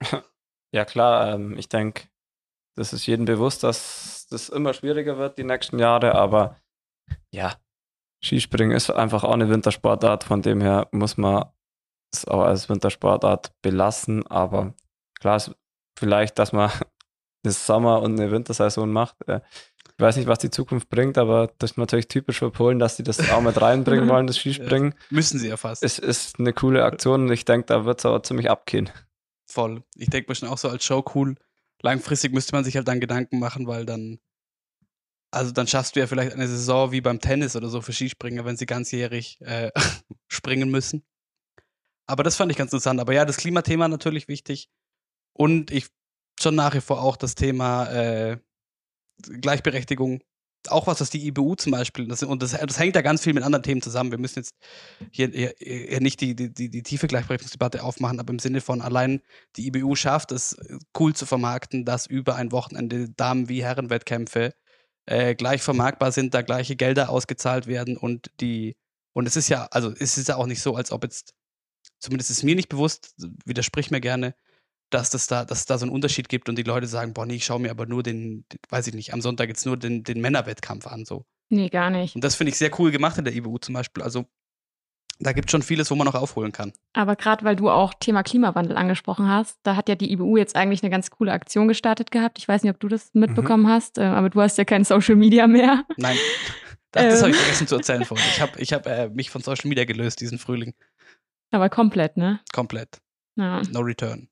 Ja klar, ähm, ich denke, das ist jedem bewusst, dass das immer schwieriger wird die nächsten Jahre, aber ja, Skispringen ist einfach auch eine Wintersportart, von dem her muss man es auch als Wintersportart belassen, aber klar ist vielleicht, dass man eine Sommer- und eine Wintersaison macht. Ich weiß nicht, was die Zukunft bringt, aber das ist natürlich typisch für Polen, dass sie das auch mit reinbringen wollen, das Skispringen. Ja, müssen sie ja fast. Es ist eine coole Aktion und ich denke, da wird es aber ziemlich abgehen. Voll. Ich denke mir schon auch so als Show cool. Langfristig müsste man sich halt dann Gedanken machen, weil dann, also dann schaffst du ja vielleicht eine Saison wie beim Tennis oder so für Skispringer, wenn sie ganzjährig äh, springen müssen. Aber das fand ich ganz interessant. Aber ja, das Klimathema natürlich wichtig. Und ich schon nach wie vor auch das Thema äh, Gleichberechtigung. Auch was, was die I B U zum Beispiel, das, und das, das hängt ja ganz viel mit anderen Themen zusammen. Wir müssen jetzt hier, hier, hier nicht die, die, die, die tiefe Gleichberechtigungsdebatte aufmachen, aber im Sinne von allein die I B U schafft es, cool zu vermarkten, dass über ein Wochenende Damen- wie Herrenwettkämpfe äh, gleich vermarktbar sind, da gleiche Gelder ausgezahlt werden und die, und es ist ja, also es ist ja auch nicht so, als ob jetzt, zumindest ist mir nicht bewusst, widersprich mir gerne, dass das da, dass es da so einen Unterschied gibt und die Leute sagen, boah, nee, ich schaue mir aber nur den, den, weiß ich nicht, am Sonntag jetzt nur den, den Männerwettkampf an, so. Nee, gar nicht. Und das finde ich sehr cool gemacht in der I B U zum Beispiel. Also da gibt es schon vieles, wo man noch aufholen kann. Aber gerade weil du auch Thema Klimawandel angesprochen hast, da hat ja die I B U jetzt eigentlich eine ganz coole Aktion gestartet gehabt. Ich weiß nicht, ob du das mitbekommen mhm. hast, äh, aber du hast ja kein Social Media mehr. Nein, das, das habe ich vergessen zu erzählen vorhin. Ich habe ich hab, äh, mich von Social Media gelöst diesen Frühling. Aber komplett, ne? Komplett. Ja. No return.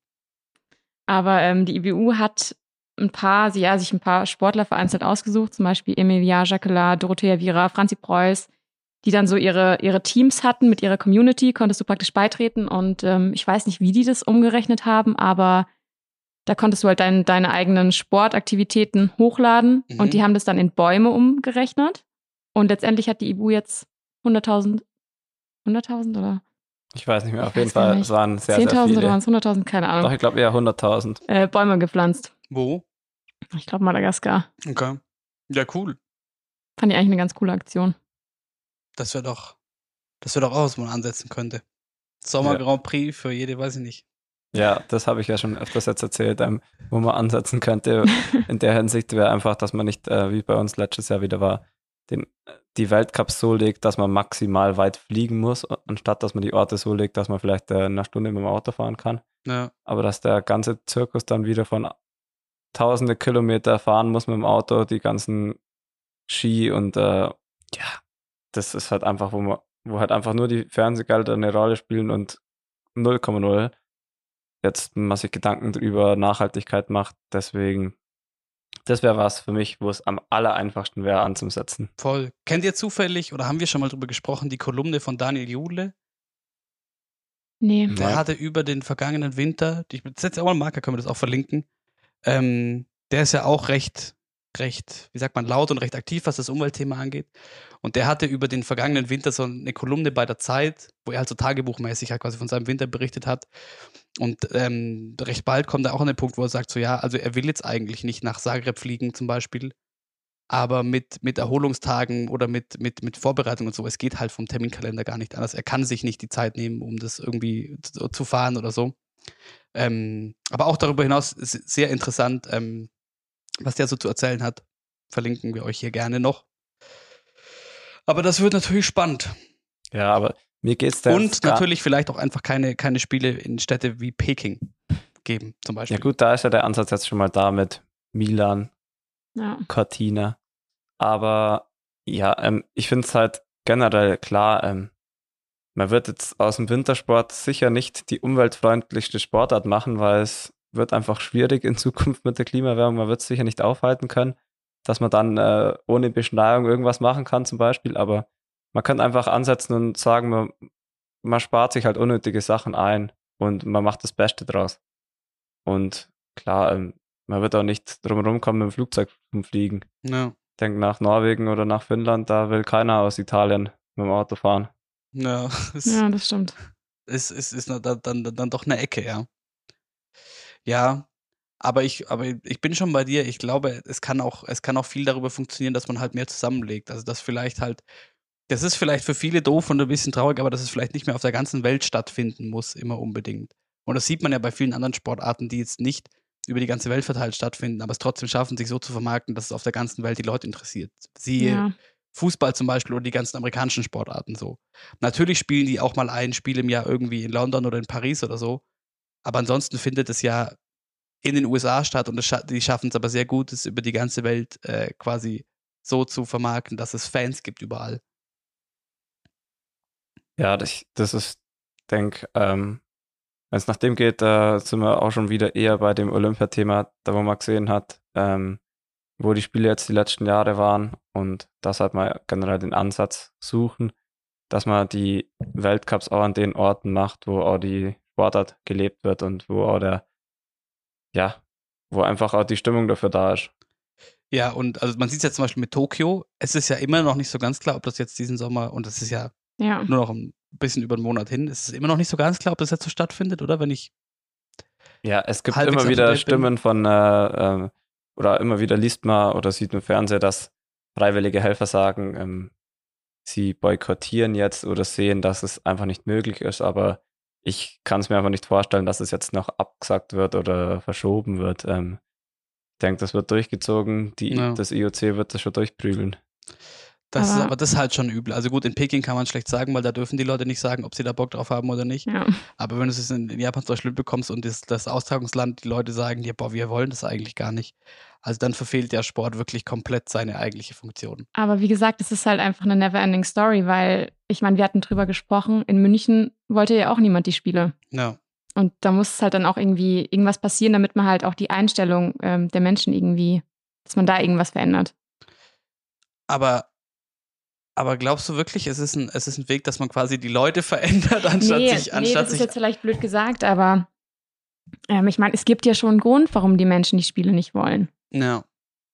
Aber ähm, die I B U hat ein paar, ja, sich ein paar Sportler vereinzelt ausgesucht, zum Beispiel Emilia Jacquelat, Dorothea Viera, Franzi Preuß, die dann so ihre, ihre Teams hatten mit ihrer Community, konntest du praktisch beitreten und ähm, ich weiß nicht, wie die das umgerechnet haben, aber da konntest du halt dein, deine eigenen Sportaktivitäten hochladen mhm. und die haben das dann in Bäume umgerechnet und letztendlich hat die I B U jetzt hunderttausend, hunderttausend oder? Ich weiß nicht mehr, auf jeden Fall, es waren sehr, sehr viele. zehntausend oder waren es hunderttausend? Keine Ahnung. Doch, ich glaube eher hunderttausend. Äh, Bäume gepflanzt. Wo? Ich glaube Madagaskar. Okay. Ja, cool. Fand ich eigentlich eine ganz coole Aktion. Das wäre doch, das wäre doch auch, was man ansetzen könnte. Sommer ja. Grand Prix für jede, weiß ich nicht. Ja, das habe ich ja schon öfters jetzt erzählt, ähm, wo man ansetzen könnte. In der Hinsicht wäre einfach, dass man nicht, äh, wie bei uns letztes Jahr wieder war, den, die Weltcups so legt, dass man maximal weit fliegen muss, anstatt dass man die Orte so legt, dass man vielleicht äh, eine Stunde mit dem Auto fahren kann. Ja. Aber dass der ganze Zirkus dann wieder von tausende Kilometer fahren muss mit dem Auto, die ganzen Ski und äh, ja, das ist halt einfach, wo man, wo halt einfach nur die Fernsehgelder eine Rolle spielen und null Komma null jetzt man sich Gedanken über Nachhaltigkeit macht. Deswegen, das wäre was für mich, wo es am allereinfachsten wäre anzusetzen. Voll. Kennt ihr zufällig, oder haben wir schon mal drüber gesprochen, die Kolumne von Daniel Jule? Nee. Der Ja. hatte über den vergangenen Winter, ich setze auch mal einen Marker, können wir das auch verlinken, ähm, der ist ja auch recht, recht, wie sagt man, laut und recht aktiv, was das Umweltthema angeht. Und der hatte über den vergangenen Winter so eine Kolumne bei der Zeit, wo er halt so tagebuchmäßig halt quasi von seinem Winter berichtet hat. Und ähm, recht bald kommt er auch an den Punkt, wo er sagt, so ja, also er will jetzt eigentlich nicht nach Zagreb fliegen zum Beispiel, aber mit, mit Erholungstagen oder mit, mit, mit Vorbereitung und so, es geht halt vom Terminkalender gar nicht anders. Er kann sich nicht die Zeit nehmen, um das irgendwie zu, zu fahren oder so. Ähm, aber auch darüber hinaus ist sehr interessant, ähm, was der so zu erzählen hat. Verlinken wir euch hier gerne noch. Aber das wird natürlich spannend. Ja, aber mir geht's da. Und natürlich vielleicht auch einfach keine, keine Spiele in Städte wie Peking geben, zum Beispiel. Ja gut, da ist ja der Ansatz jetzt schon mal da mit Milan, Ja. Cortina. Aber ja, ähm, ich finde es halt generell klar, ähm, man wird jetzt aus dem Wintersport sicher nicht die umweltfreundlichste Sportart machen, weil es wird einfach schwierig in Zukunft mit der Klimawärmung. Man wird es sicher nicht aufhalten können, dass man dann äh, ohne Beschneiung irgendwas machen kann zum Beispiel. Aber man kann einfach ansetzen und sagen, man, man spart sich halt unnötige Sachen ein und man macht das Beste draus. Und klar, ähm, man wird auch nicht drumherum kommen, mit dem Flugzeug zu fliegen. Ja. Ich denke, nach Norwegen oder nach Finnland, da will keiner aus Italien mit dem Auto fahren. Ja, es Ja, das stimmt. ist, ist, ist dann, dann, dann doch eine Ecke, ja. Ja, aber ich, aber ich bin schon bei dir. Ich glaube, es kann auch, es kann auch viel darüber funktionieren, dass man halt mehr zusammenlegt. Also, dass vielleicht halt, das ist vielleicht für viele doof und ein bisschen traurig, aber dass es vielleicht nicht mehr auf der ganzen Welt stattfinden muss, immer unbedingt. Und das sieht man ja bei vielen anderen Sportarten, die jetzt nicht über die ganze Welt verteilt stattfinden, aber es trotzdem schaffen, sich so zu vermarkten, dass es auf der ganzen Welt die Leute interessiert. Siehe Ja. Fußball zum Beispiel oder die ganzen amerikanischen Sportarten so. Natürlich spielen die auch mal ein Spiel im Jahr irgendwie in London oder in Paris oder so, aber ansonsten findet es ja in den U S A statt und es scha- die schaffen es aber sehr gut, es über die ganze Welt äh, quasi so zu vermarkten, dass es Fans gibt überall. Ja, das, das ist, denke, ähm, wenn es nach dem geht, da sind wir auch schon wieder eher bei dem Olympiathema, da wo man gesehen hat, ähm, wo die Spiele jetzt die letzten Jahre waren und das halt mal generell den Ansatz suchen, dass man die Weltcups auch an den Orten macht, wo auch die Sportart gelebt wird und wo auch der, ja, wo einfach auch die Stimmung dafür da ist. Ja, und also man sieht es ja zum Beispiel mit Tokio, es ist ja immer noch nicht so ganz klar, ob das jetzt diesen Sommer, und das ist ja Ja. nur noch ein bisschen über einen Monat hin, es ist immer noch nicht so ganz klar, ob das jetzt so stattfindet, oder? Wenn ich Ja, es gibt halbwegs immer up to wieder date bin. Stimmen von, äh, ähm, oder immer wieder liest man oder sieht im Fernsehen, dass freiwillige Helfer sagen, ähm, sie boykottieren jetzt oder sehen, dass es einfach nicht möglich ist, aber ich kann es mir einfach nicht vorstellen, dass es jetzt noch abgesagt wird oder verschoben wird. Ähm, ich denke, das wird durchgezogen, die, Ja. das I O C wird das schon durchprügeln. Das ist Aber- aber das ist halt schon übel. Also gut, in Peking kann man schlecht sagen, weil da dürfen die Leute nicht sagen, ob sie da Bock drauf haben oder nicht. Ja. Aber wenn du es in, in Japan zum Beispiel bekommst und das, das Austragungsland, die Leute sagen, ja, boah, wir wollen das eigentlich gar nicht. Also dann verfehlt der Sport wirklich komplett seine eigentliche Funktion. Aber wie gesagt, es ist halt einfach eine never-ending Story, weil, ich meine, wir hatten drüber gesprochen, in München wollte ja auch niemand die Spiele. Ja. Und da muss halt dann auch irgendwie irgendwas passieren, damit man halt auch die Einstellung ähm, der Menschen irgendwie, dass man da irgendwas verändert. Aber, aber glaubst du wirklich, es ist, ein, es ist ein Weg, dass man quasi die Leute verändert, anstatt nee, sich, nee, anstatt das ist sich. jetzt vielleicht blöd gesagt, aber ähm, ich meine, es gibt ja schon einen Grund, warum die Menschen die Spiele nicht wollen. Ja.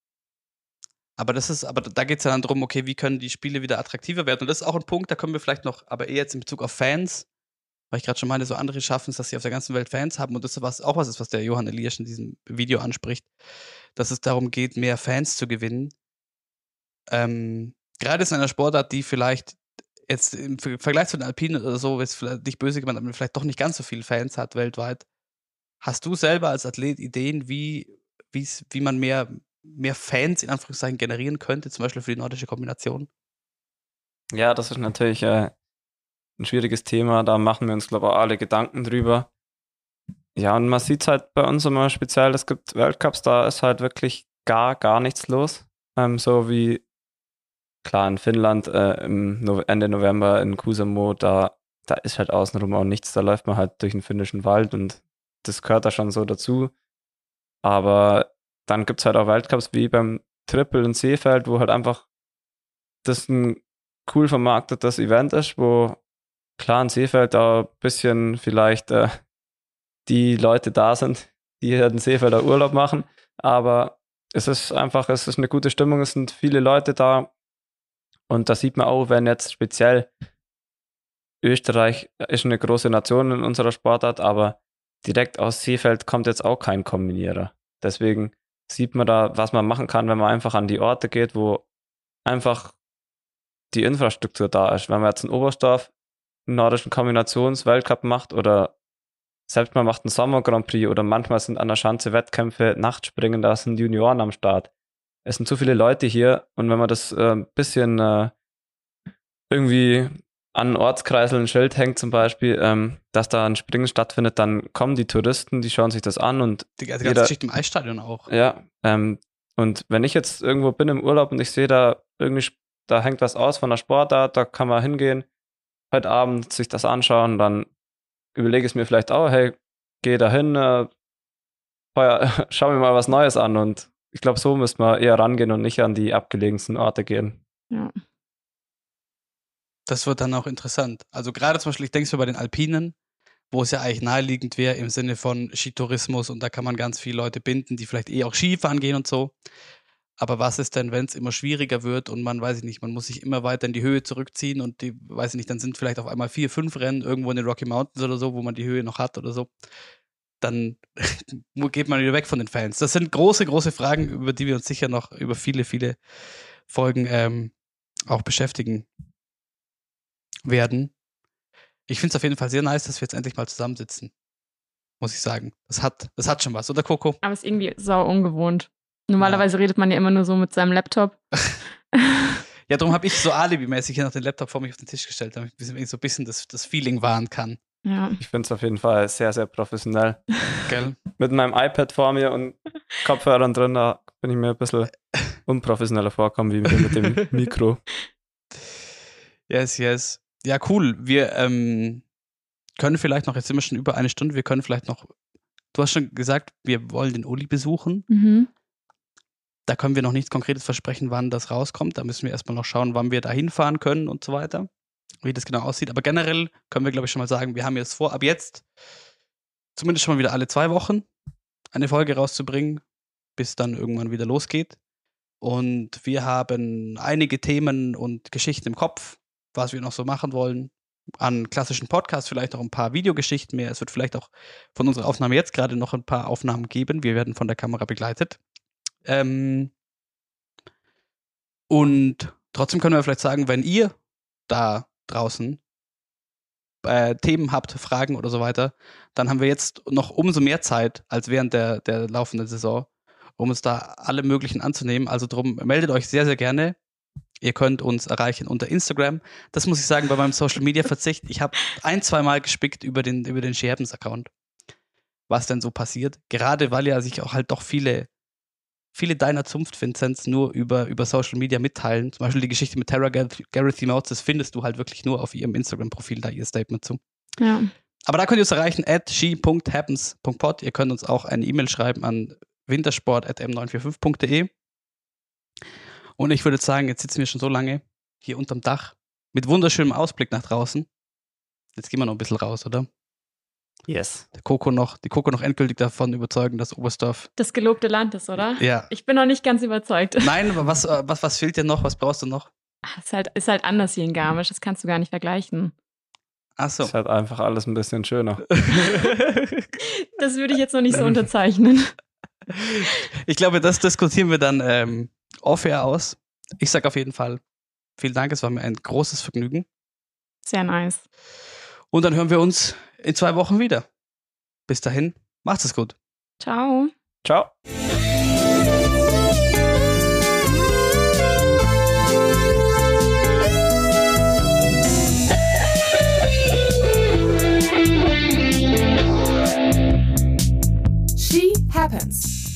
Aber das ist, aber da geht es ja dann darum, okay, wie können die Spiele wieder attraktiver werden? Und das ist auch ein Punkt, da können wir vielleicht noch, aber eher jetzt in Bezug auf Fans, weil ich gerade schon meine, so andere schaffen es, dass sie auf der ganzen Welt Fans haben und das ist was, auch was ist, was der Johann Elias in diesem Video anspricht, dass es darum geht, mehr Fans zu gewinnen. Ähm, gerade ist in einer Sportart, die vielleicht jetzt im Ver- Vergleich zu den Alpinen oder so, ist vielleicht nicht böse gemeint, aber vielleicht doch nicht ganz so viele Fans hat weltweit. Hast du selber als Athlet Ideen, wie, wie's, wie man mehr, mehr Fans in Anführungszeichen generieren könnte, zum Beispiel für die nordische Kombination? Ja, das ist natürlich äh, ein schwieriges Thema, da machen wir uns, glaube ich, auch alle Gedanken drüber. Ja, und man sieht halt bei uns immer speziell, es gibt Weltcups, da ist halt wirklich gar, gar nichts los. Ähm, so wie, klar, in Finnland äh, im no- Ende November in Kuusamo, da, da ist halt außenrum auch nichts, da läuft man halt durch den finnischen Wald und das gehört da schon so dazu. Aber dann gibt es halt auch Weltcups wie beim Triple in Seefeld, wo halt einfach das ein cool vermarktetes Event ist, wo klar in Seefeld da ein bisschen vielleicht äh, die Leute da sind, die hier in Seefeld auch Urlaub machen, aber es ist einfach, es ist eine gute Stimmung, es sind viele Leute da und da sieht man auch, wenn jetzt speziell Österreich ist eine große Nation in unserer Sportart, aber direkt aus Seefeld kommt jetzt auch kein Kombinierer. Deswegen sieht man da, was man machen kann, wenn man einfach an die Orte geht, wo einfach die Infrastruktur da ist. Wenn man jetzt in Oberstdorf einen nordischen Kombinations-Weltcup macht oder selbst man macht einen Sommer-Grand Prix oder manchmal sind an der Schanze Wettkämpfe, Nachtspringen, da sind Junioren am Start. Es sind zu viele Leute hier und wenn man das äh, ein bisschen äh, irgendwie an Ortskreisel ein Schild hängt zum Beispiel, ähm, dass da ein Springen stattfindet, dann kommen die Touristen, die schauen sich das an und Die, die ganze jeder, Geschichte im Eisstadion auch. ja, ähm, und wenn ich jetzt irgendwo bin im Urlaub und ich sehe da irgendwie, da hängt was aus von der Sportart, da kann man hingehen, heute Abend sich das anschauen, dann überlege ich es mir vielleicht auch, hey, geh da hin, äh, schau mir mal was Neues an und ich glaube, so müsste man eher rangehen und nicht an die abgelegensten Orte gehen. Ja. Das wird dann auch interessant. Also gerade zum Beispiel, ich denke so bei den Alpinen, wo es ja eigentlich naheliegend wäre im Sinne von Skitourismus und da kann man ganz viele Leute binden, die vielleicht eh auch Skifahren gehen und so. Aber was ist denn, wenn es immer schwieriger wird und man, weiß ich nicht, man muss sich immer weiter in die Höhe zurückziehen und die, weiß ich nicht, dann sind vielleicht auf einmal vier, fünf Rennen irgendwo in den Rocky Mountains oder so, wo man die Höhe noch hat oder so. Dann geht man wieder weg von den Fans. Das sind große, große Fragen, über die wir uns sicher noch über viele, viele Folgen ähm, auch beschäftigen werden. Ich finde es auf jeden Fall sehr nice, dass wir jetzt endlich mal zusammensitzen. Muss ich sagen. Das hat, das hat schon was, oder Coco? Aber es ist irgendwie sau ungewohnt. Normalerweise ja. redet man ja immer nur so mit seinem Laptop. Ja, darum habe ich so alibimäßig hier noch den Laptop vor mich auf den Tisch gestellt, damit ich so ein bisschen das, das Feeling wahren kann. Ja. Ich finde es auf jeden Fall sehr, sehr professionell. Gell? Mit meinem iPad vor mir und Kopfhörern drin, da bin ich mir ein bisschen unprofessioneller vorkommen, wie mit dem Mikro. Yes, yes. Ja, cool. Wir ähm, können vielleicht noch, jetzt sind wir schon über eine Stunde, wir können vielleicht noch, du hast schon gesagt, wir wollen den Uli besuchen. Mhm. Da können wir noch nichts Konkretes versprechen, wann das rauskommt. Da müssen wir erstmal noch schauen, wann wir da hinfahren können und so weiter. Wie das genau aussieht. Aber generell können wir, glaube ich, schon mal sagen, wir haben jetzt vor, ab jetzt zumindest schon mal wieder alle zwei Wochen eine Folge rauszubringen, bis dann irgendwann wieder losgeht. Und wir haben einige Themen und Geschichten im Kopf, was wir noch so machen wollen. An klassischen Podcasts vielleicht noch ein paar Videogeschichten mehr. Es wird vielleicht auch von unserer Aufnahme jetzt gerade noch ein paar Aufnahmen geben. Wir werden von der Kamera begleitet. Ähm und trotzdem können wir vielleicht sagen, wenn ihr da draußen äh, Themen habt, Fragen oder so weiter, dann haben wir jetzt noch umso mehr Zeit als während der, der laufenden Saison, um uns da alle möglichen anzunehmen. Also drum, meldet euch sehr, sehr gerne. Ihr könnt uns erreichen unter Instagram. Das muss ich sagen, bei meinem Social-Media-Verzicht. Ich habe ein, zwei Mal gespickt über den, über den Ski Happens Account, was denn so passiert. Gerade weil ja sich auch halt doch viele viele deiner Zunft-Vinzenz nur über, über Social Media mitteilen. Zum Beispiel die Geschichte mit Tara Gareth Mounts, das findest du halt wirklich nur auf ihrem Instagram-Profil, da ihr Statement zu. Ja. Aber da könnt ihr uns erreichen, at ski punkt happens punkt pod. Ihr könnt uns auch eine E-Mail schreiben an wintersport at m neun vier fünf punkt de. Und ich würde sagen, jetzt sitzen wir schon so lange hier unterm Dach mit wunderschönem Ausblick nach draußen. Jetzt gehen wir noch ein bisschen raus, oder? Yes. Der Coco noch, die Coco noch endgültig davon überzeugen, dass Oberstdorf das gelobte Land ist, oder? Ja. Ich bin noch nicht ganz überzeugt. Nein, aber was, was, was fehlt dir noch? Was brauchst du noch? Ach, ist halt, ist halt anders hier in Garmisch, das kannst du gar nicht vergleichen. Ach so. Ist halt einfach alles ein bisschen schöner. Das würde ich jetzt noch nicht so unterzeichnen. Ich glaube, das diskutieren wir dann ähm, off-air aus. Ich sage auf jeden Fall vielen Dank, es war mir ein großes Vergnügen. Sehr nice. Und dann hören wir uns in zwei Wochen wieder. Bis dahin, macht's es gut. Ciao. Ciao. She Happens.